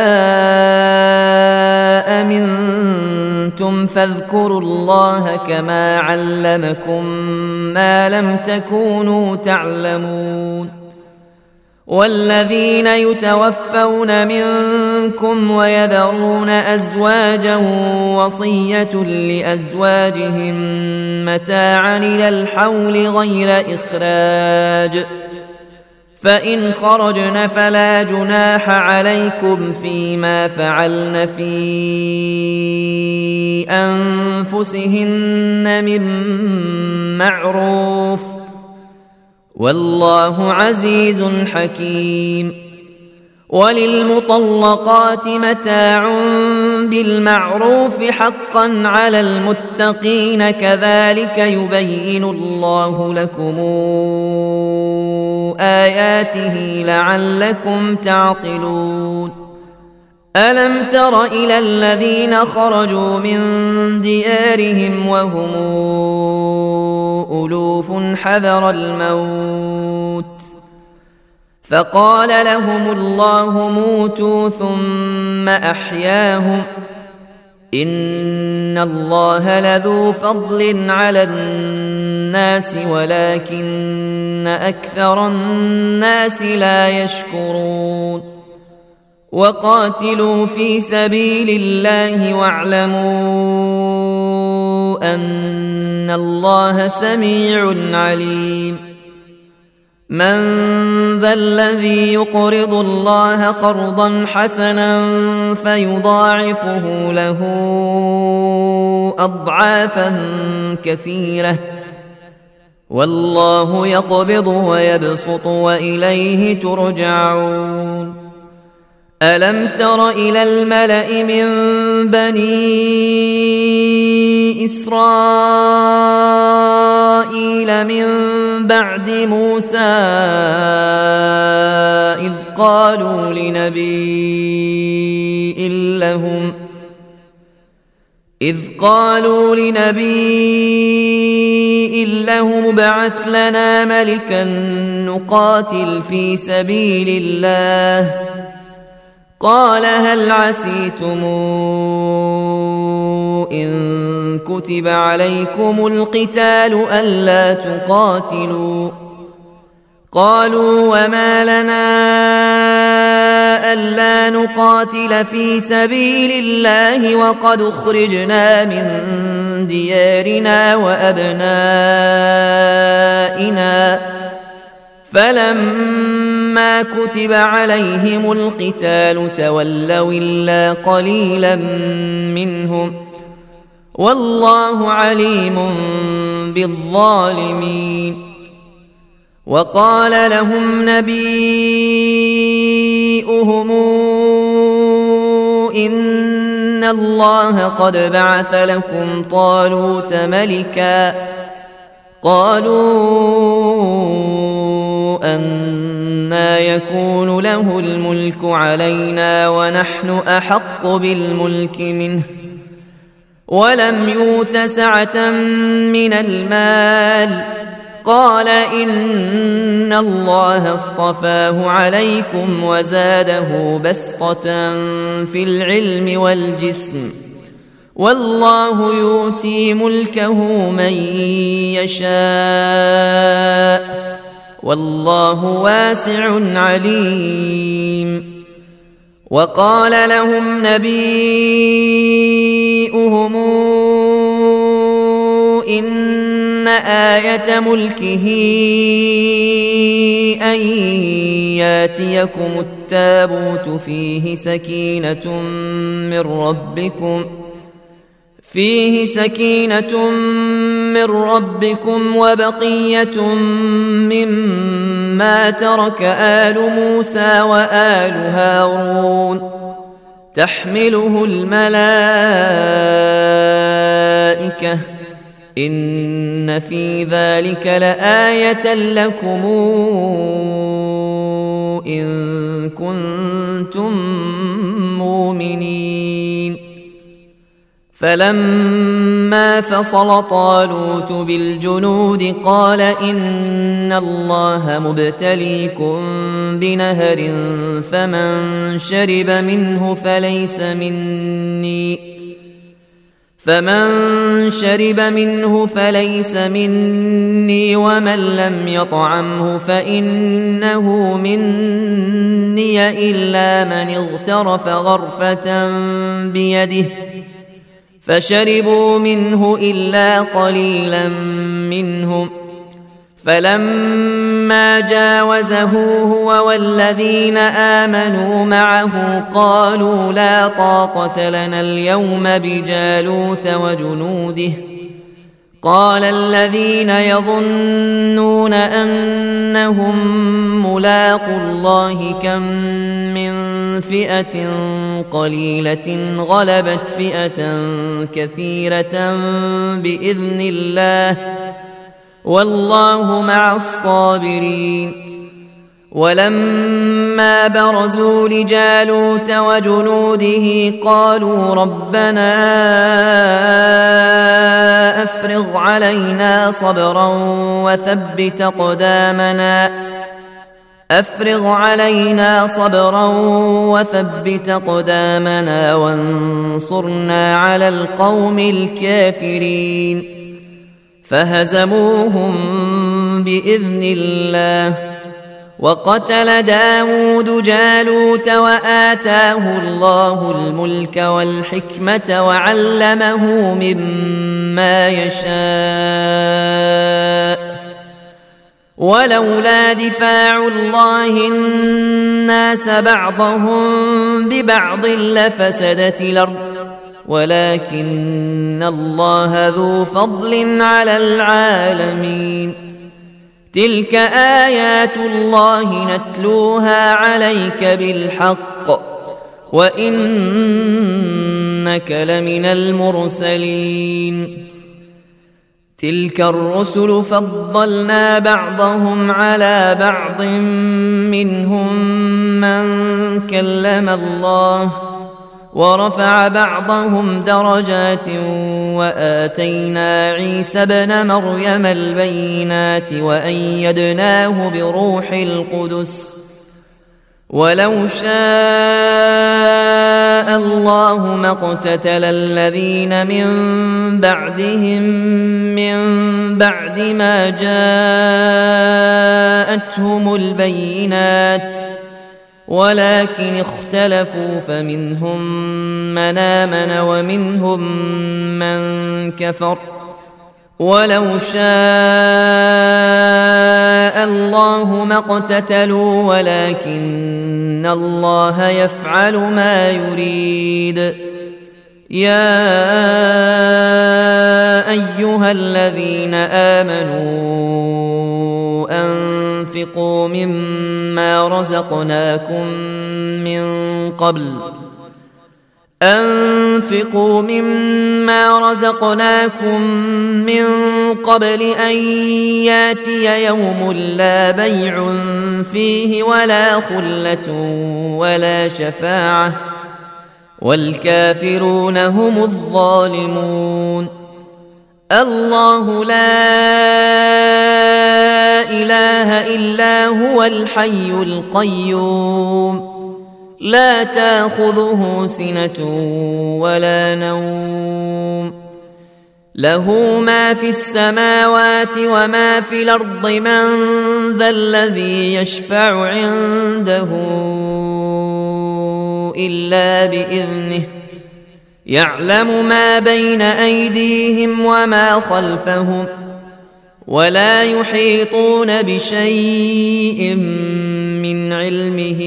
أمنتم فاذكروا الله كما علمكم ما لم تكونوا تعلمون. والذين يتوفون منكم ويذرون أزواجا وصية لأزواجهم متاعا إلى الحول غير إخراج فإن خرجن فلا جناح عليكم فيما فعلن في أنفسهن من معروف والله عزيز حكيم. وللمطلقات متاع بالمعروف حقا على المتقين كذلك يبين الله لكم آياته لعلكم تعقلون. ألم تر إلى الذين خرجوا من ديارهم وهم ألوف حذر الموت فقال لهم الله موتوا ثم أحياهم إن الله لذو فضل على الناس ولكن أكثر الناس لا يشكرون. وقاتلوا في سبيل الله واعلموا أن الله سميع عليم. من ذا الذي يقرض الله قرضا حسنا فيضاعفه له أضعافا كثيرة والله يقبض ويبسط وإليه ترجعون. ألم تر إلى الملأ من بني إسرائيل من بعد موسى إذ قالوا لنبي لهم إذ قالوا لنبي لهم ابعث لنا ملكا نقاتل في سبيل الله قال هل عسيتم إن كتب عليكم القتال ألا تقاتلوا قالوا وما لنا ألا نقاتل في سبيل الله وقد أخرجنا من ديارنا وأبنائنا فلما كتب عليهم القتال تولوا إلا قليلا منهم والله عليم بالظالمين. وقال لهم نبيؤهم إن الله قد بعث لكم طالوت ملكا قالوا أنى يكون له الملك علينا ونحن أحق بالملك منه ولم يؤت سعة من المال. قال إن الله اصطفاه عليكم وزاده بسطة في العلم والجسم والله يؤتي ملكه من يشاء والله واسع عليم. وقال لهم نبيئهم إن آية ملكه أن ياتيكم التابوت فيه سكينة من ربكم فيه سكينة من ربكم وبقية مما ترك آل موسى وآل هارون تحمله الملائكة إن في ذلك لآية لكم إن كنتم مؤمنين. فلما فصل طالوت بالجنود قال إن الله مبتليكم بنهر فمن شرب منه فليس مني فمن شرب منه فليس مني ومن لم يطعمه فإنه مني إلا من اغترف غرفة بيده فشربوا منه إلا قليلا منهم. فلما جاوزه هو والذين آمنوا معه قالوا لا طاقة لنا اليوم بجالوت وجنوده. قال الذين يظنون أنهم ملاقو الله كم من فئة قليلة غلبت فئة كثيرة بإذن الله والله مع الصابرين. ولما برزوا لجالوت وجنوده قالوا ربنا أفرغ علينا صبرا وثبت أقدامنا أفرغ علينا صبرا وثبت أقدامنا وانصرنا على القوم الكافرين. فهزموهم بإذن الله. وقتل داود جالوت وآتاه الله الملك والحكمة وعلمه مما يشاء ولولا دفاع الله الناس بعضهم ببعض لفسدت الأرض ولكن الله ذو فضل على العالمين. تلك آيات الله نتلوها عليك بالحق وإنك لمن المرسلين. تلك الرسل فضلنا بعضهم على بعض منهم من كلم الله ورفع بعضهم درجات وآتينا عيسى ابن مريم البينات وأيدناه بروح القدس ولو شاء الله ما اقتتل الذين من بعدهم من بعد ما جاءتهم البينات ولكن اختلفوا فمنهم من آمن ومنهم من كفر ولو شاء الله ما اقتتلوا ولكن الله يفعل ما يريد. يا أيها الذين آمنوا أنفقوا مما رزقناكم من قبل أنفقوا مما رزقناكم من قبل أن ياتي يوم لا بيع فيه ولا خلة ولا شفاعة والكافرون هم الظالمون. الله لا إله إلا هو الحي القيوم لا تأخذه سنة ولا نوم له ما في السماوات وما في الأرض من ذا الذي يشفع عنده إلا بإذنه يعلم ما بين أيديهم وما خلفهم ولا يحيطون بشيء من علمه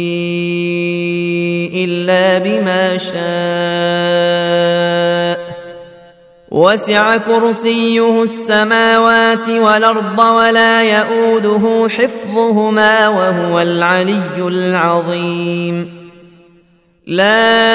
إلا بما شاء وسع كرسيه السماوات والأرض ولا يؤوده حفظهما وهو العلي العظيم. لا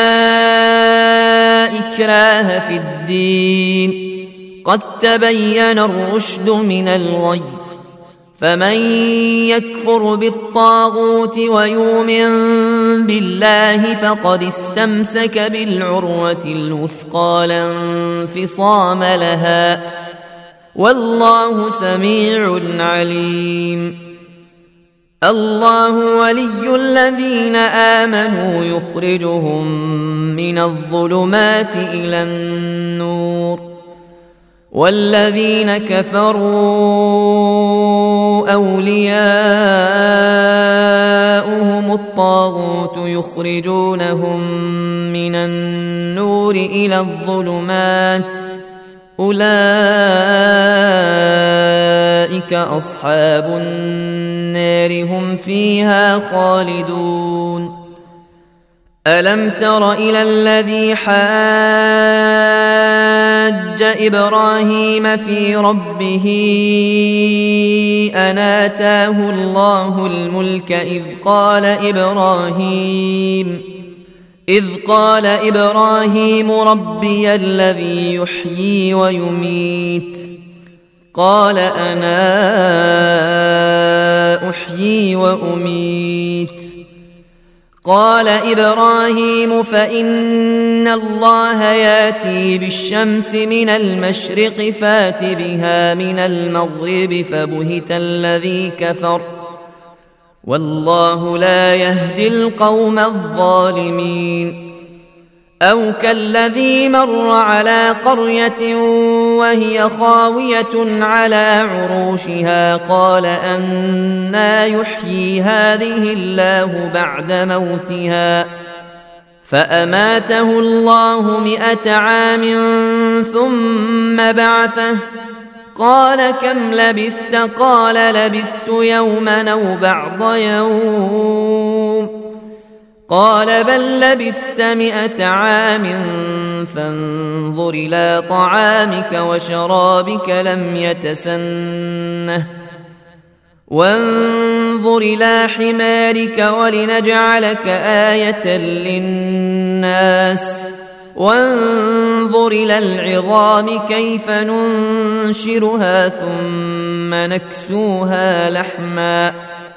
إكراه في الدين قد تبين الرشد من الغي فمن يكفر بالطاغوت ويؤمن بالله فقد استمسك بالعروة الوثقى لا انفصام لها والله سميع عليم. الله ولي الذين آمنوا يخرجهم من الظلمات إلى النور والذين كفروا أولياؤهم الطاغوت يخرجونهم من النور إلى الظلمات أولئك أصحاب النار هم فيها خالدون. ألم تر إلى الذي حاج إبراهيم في ربه أن آتاه الله الملك إذ قال إبراهيم إذ قال إبراهيم ربي الذي يحيي ويميت قال أنا أحيي وأميت قال إبراهيم فإن الله ياتي بالشمس من المشرق فات بها من المغرب فبهت الذي كفر والله لا يهدي القوم الظالمين. أو كالذي مر على قرية وهي خاوية على عروشها قال أنى يحيي هذه الله بعد موتها فأماته الله مئة عام ثم بعثه قال كم لبثت قال لبثت يوما أو بعض يوم قال بل لبثت مئة عام فانظر إلى طعامك وشرابك لم يتسنه وانظر إلى حمارك ولنجعلك آية للناس وانظر إلى العظام كيف ننشرها ثم نكسوها لحما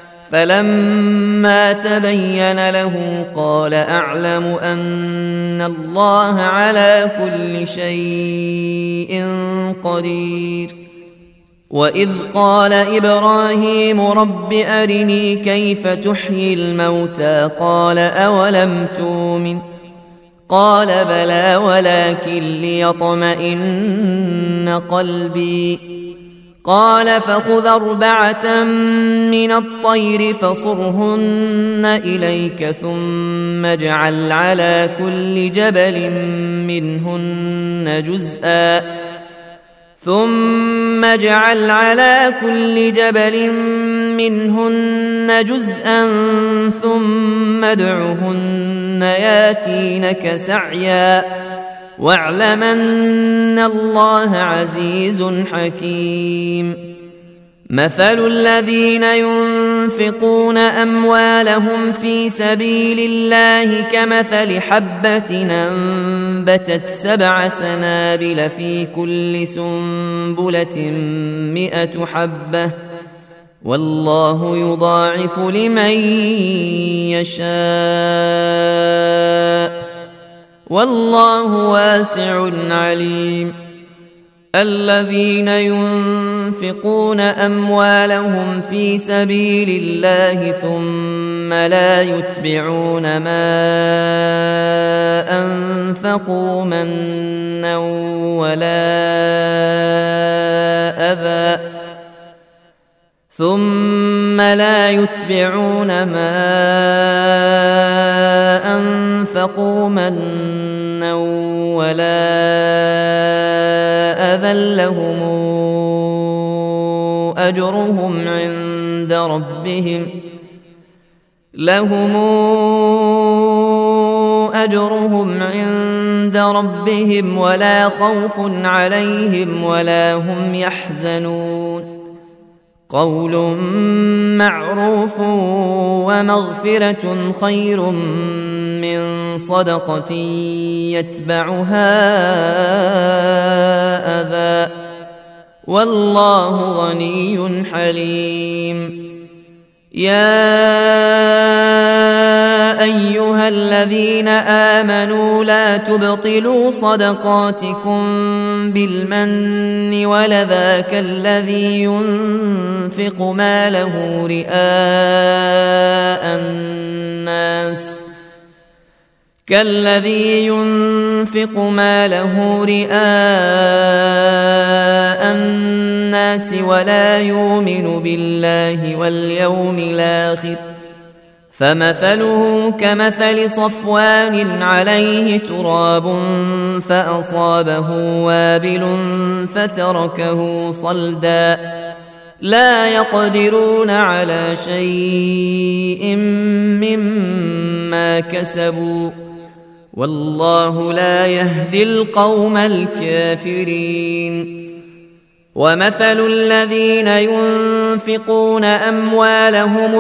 فلما تبين له قال أعلم أن الله على كل شيء قدير. وإذ قال إبراهيم رب أرني كيف تحيي الموتى قال أولم تؤمن قال بلى ولكن ليطمئن قلبي قال فخذ أربعة من الطير فصرهن إليك ثم اجعل على كل جبل منهن جزءا ثم اجعل على كل جبل منهن جزءا ثم ادعهن ياتينك سعيا واعلم أن الله عزيز حكيم. مثل الذين ينفقون ينفقون أموالهم في سبيل الله كمثل حبة أنبتت سبع سنابل في كل سنبلة مئة حبة والله يضاعف لمن يشاء والله واسع عليم. الذين ينفقون أموالهم في سبيل الله ثم لا يتبعون ما أنفقوا منا ولا أذى ثم لا يتبعون ما أنفقوا منا ولا أذى لهم أجرهم عند ربهم لهم أجرهم عند ربهم ولا خوف عليهم ولا هم يحزنون. قول معروف ومغفرة خير من صدقة يتبعها أذى والله غني حليم. يا أيها الذين آمنوا لا تبطلوا صدقاتكم بالمن ولذا كالذي ينفق ماله رئاء الناس كالذي ينفق ماله رئاء الناس ولا يؤمن بالله واليوم الآخر فمثله كمثل صفوان عليه تراب فأصابه وابل فتركه صلدا لا يقدرون على شيء مما كسبوا والله لا يهدي القوم الكافرين. ومثل الذين ينفقون أموالهم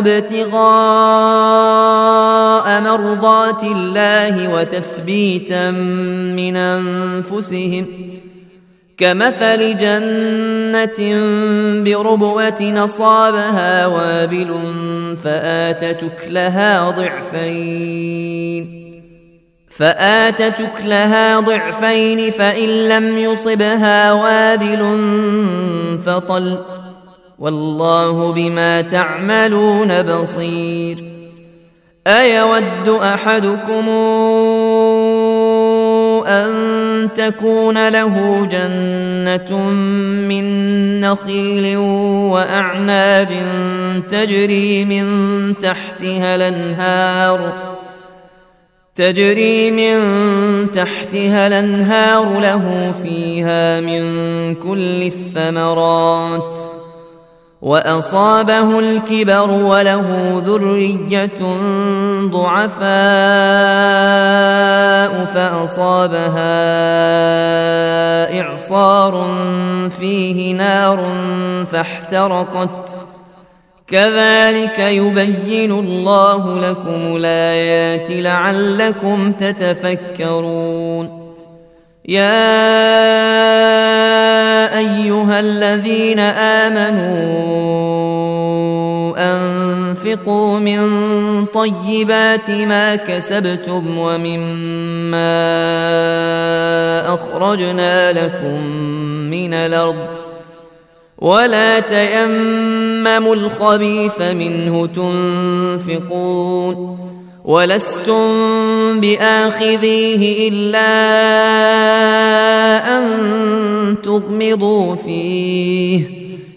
ابتغاء مرضات الله وتثبيتا من أنفسهم كمثل جنة بربوة أصابها وابل فآتت أكلها ضعفين فآتت أكلها ضعفين فإن لم يصبها وابل فطل والله بما تعملون بصير. أيود أحدكم أن تكون له جنة من نخيل وأعناب تجري من تحتها الأنهار تجري من تحتها الأنهار له فيها من كل الثمرات وأصابه الكبر وله ذرية ضعفاء فأصابها إعصار فيه نار فاحترقت كذلك يبين الله لكم الآيات لعلكم تتفكرون. يا أيها الذين آمنوا أنفقوا من طيبات ما كسبتم ومما أخرجنا لكم من الأرض ولا تيمموا الخبيث منه تنفقون ولستم بآخذيه إلا أن تغمضوا فيه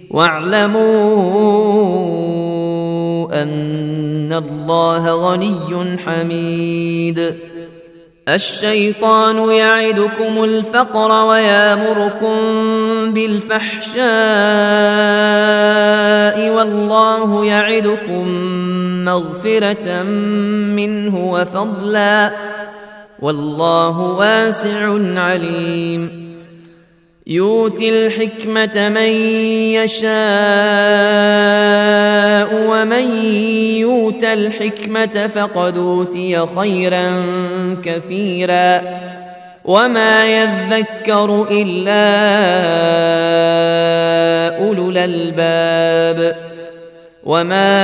واعلموا أن الله غني حميد. الشيطان يعدكم الفقر ويامركم بالفحشاء والله يعدكم مغفرة منه وفضلا والله واسع عليم. يؤتي الحكمة من يشاء ومن يؤت الحكمة فقد أوتي خيرا كثيرا وما يذكر إلا أولو الألباب وما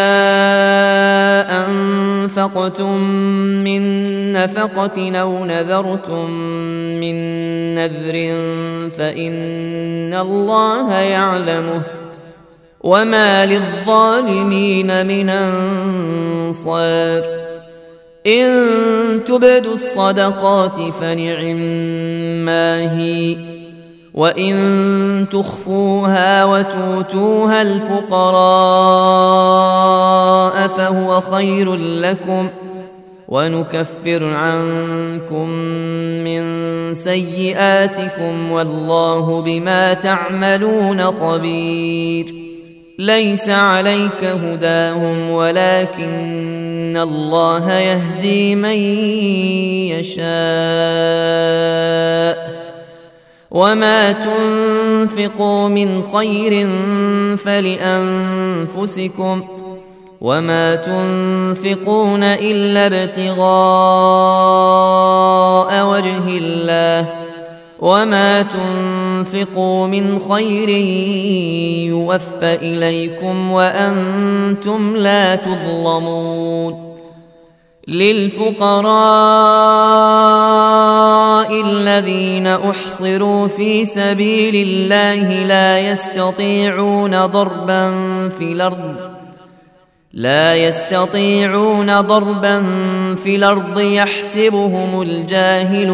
أنفقتم من نفقة أو نذرتم من نذر فإن الله يعلمه وما للظالمين من أنصار إن تبدوا الصدقات فنعما هي وإن تخفوها وتؤتوها الفقراء فهو خير لكم ونكفر عنكم من سيئاتكم والله بما تعملون خبير ليس عليك هداهم ولكن الله يهدي من يشاء وما تنفقوا من خير فلأنفسكم وما تنفقون إلا ابتغاء وجه الله وما تنفقوا من خير يوفى إليكم وأنتم لا تظلمون للفقراء الذين أحصروا في سبيل الله لا يستطيعون ضربا في الأرض لا يستطيعون ضربا في الأرض يحسبهم الجاهل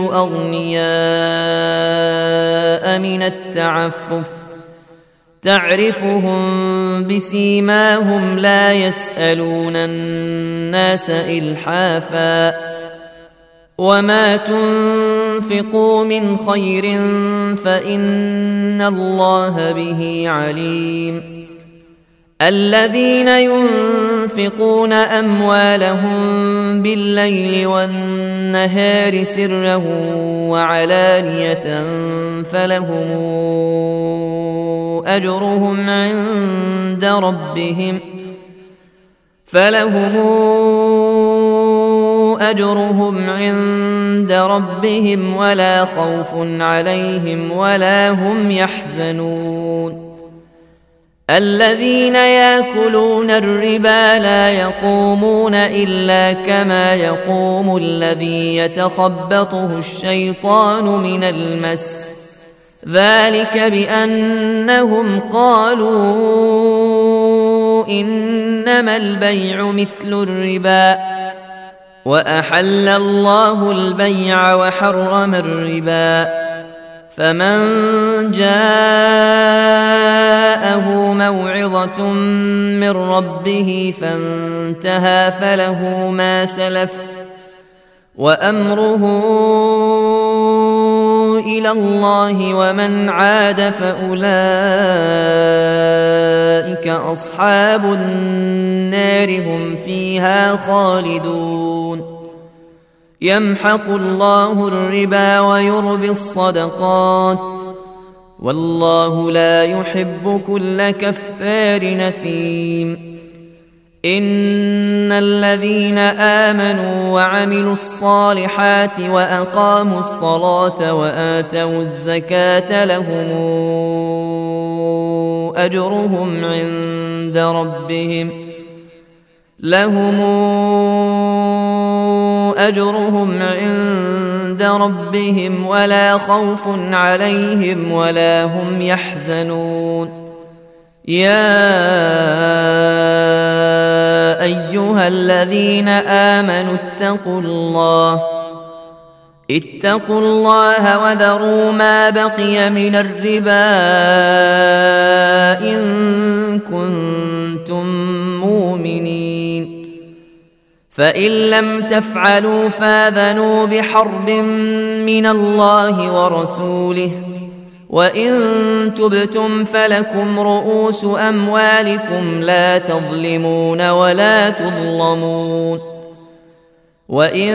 أغنياء من التعفف تعرفهم بسيماهم لا يسألون الناس إلحافا وما تنفقوا من خير فإن الله به عليم الذين ينفقون أموالهم بالليل والنهار سرا وعلانية فلهم أجرهم عند ربهم فلهم أجرهم عند ربهم ولا خوف عليهم ولا هم يحزنون الذين يأكلون الربا لا يقومون إلا كما يقوم الذي يتخبطه الشيطان من المس ذلك بأنهم قالوا إنما البيع مثل الربا وأحل الله البيع وحرم الربا فمن جاءه موعظة من ربه فانتهى فله ما سلف وأمره إلى الله ومن عاد فأولئك أصحاب النار هم فيها خالدون يمحق الله الربا ويربي الصدقات والله لا يحب كل كفار نثيم إن الذين آمنوا وعملوا الصالحات وأقاموا الصلاة وآتوا الزكاة لهم أجرهم عند ربهم لهم أجرهم عند ربهم ولا خوف عليهم ولا هم يحزنون يا أيها الذين آمنوا اتقوا الله اتقوا الله وذروا ما بقي من الربا إن كنتم مؤمنين فإن لم تفعلوا فاذنوا بحرب من الله ورسوله وإن تبتم فلكم رؤوس أموالكم لا تظلمون ولا تظلمون وإن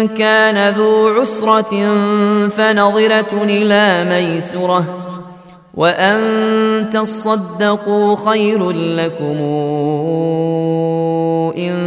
كان ذو عسرة فنظرة إلى ميسرة وأن تصدقوا خير لكم إن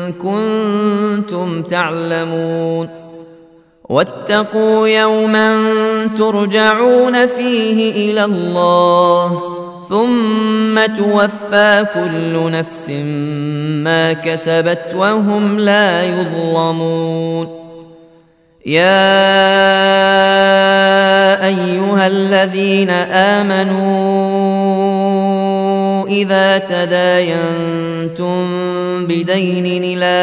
كنتم تعلمون واتقوا يوما ترجعون فيه إلى الله ثم توفى كل نفس ما كسبت وهم لا يظلمون يا أيها الذين آمنوا إذا تداينتم بدين إلى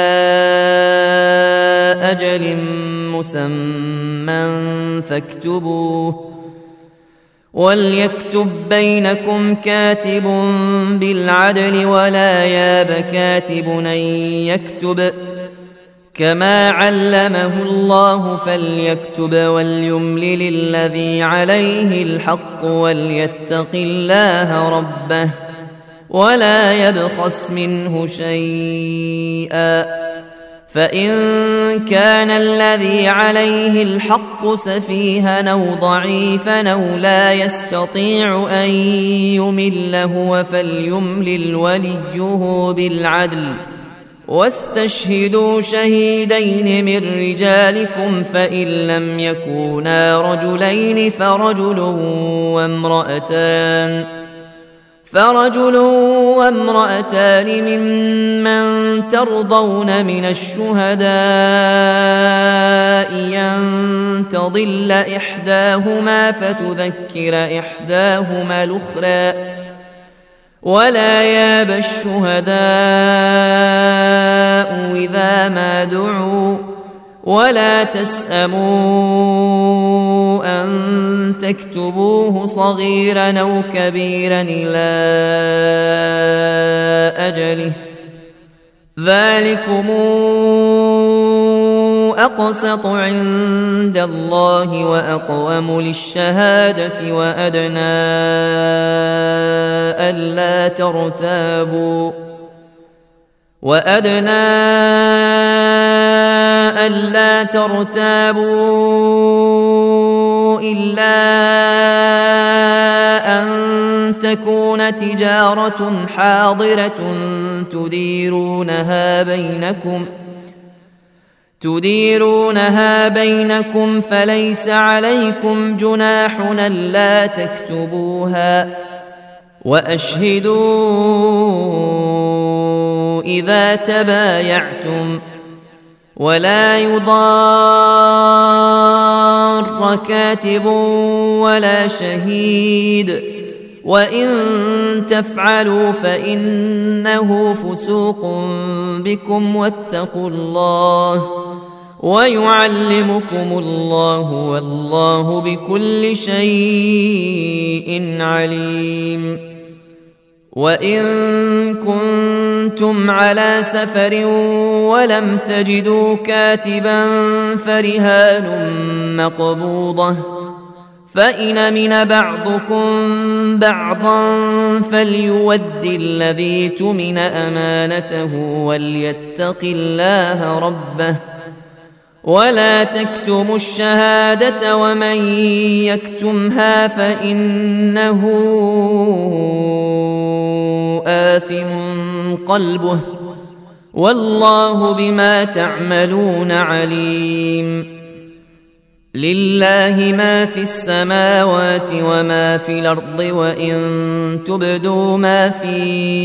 أجل مسمى فاكتبوه وليكتب بينكم كاتب بالعدل ولا ياب كاتب أن يكتب كما علمه الله فليكتب وليملل الذي عليه الحق وليتق الله ربه ولا يبخس منه شيئا فإن كان الذي عليه الحق سفيها أو ضعيفا أو لا يستطيع أن يمل هو فليملل وليه بالعدل واستشهدوا شهيدين من رجالكم فإن لم يكونا رجلين فرجل وامرأتان فرجل وامرأتان ممن ترضون من الشهداء أن تضل إحداهما فتذكر إحداهما الأخرى ولا ياب الشهداء إذا ما دعوا ولا تسأموا أن تكتبوه صغيرا أو كبيرا إلى أجله ذلكم أقسط عند الله وأقوم للشهادة وأدنى ألا ترتابوا وأدنى ألا ترتابوا إلا أن تكون تجارة حاضرة تديرونها بينكم تديرونها بينكم فليس عليكم جناح ألا تكتبوها وأشهدوا إذا تبايعتم ولا يضار كاتب ولا شهيد وإن تفعلوا فإنه فسوق بكم واتقوا الله ويعلمكم الله والله بكل شيء عليم وإن كنتم على سفر ولم تجدوا كاتبا فرهان مقبوضة فإن من بعضكم بعضا فليود الذي تمن أمانته وليتق الله ربه ولا تكتموا الشهادة ومن يكتمها فإنه آثم قلبه والله بما تعملون عليم لله ما في السماوات وما في الأرض وإن تبدوا ما في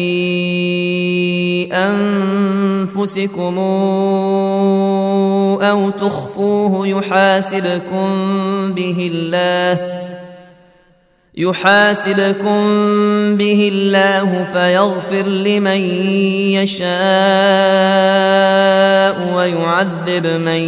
أنفسكم أو تخفوه يحاسبكم به الله يحاسبكم به الله فيغفر لمن يشاء ويعذب من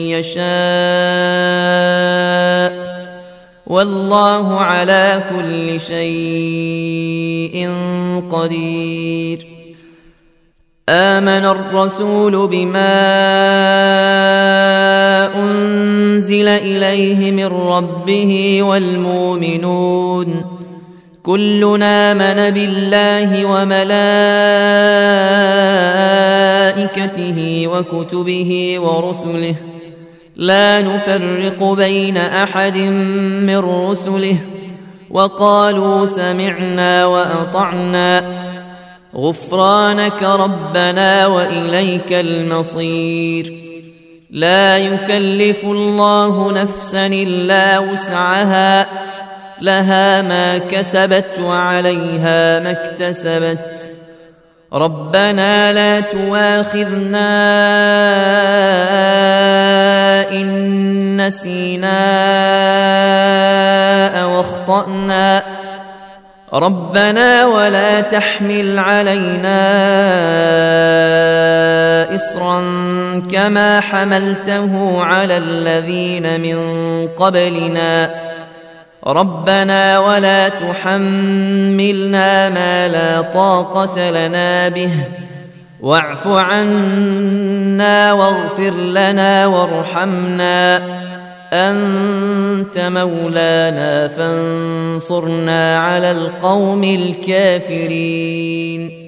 يشاء والله على كل شيء قدير آمن الرسول بما أنزل إليه من ربه والمؤمنون كلنا آمن بالله وملائكته وكتبه ورسله لا نفرق بين أحد من رسله وقالوا سمعنا وأطعنا غفرانك ربنا وإليك المصير لا يكلف الله نفسا إلا وسعها لها ما كسبت وعليها ما اكتسبت ربنا لا تواخذنا إن نسينا أو أخطأنا ربنا ولا تحمل علينا إصرا كما حملته على الذين من قبلنا ربنا ولا تحملنا ما لا طاقة لنا به واعف عنا واغفر لنا وارحمنا أنت مولانا فانصرنا على القوم الكافرين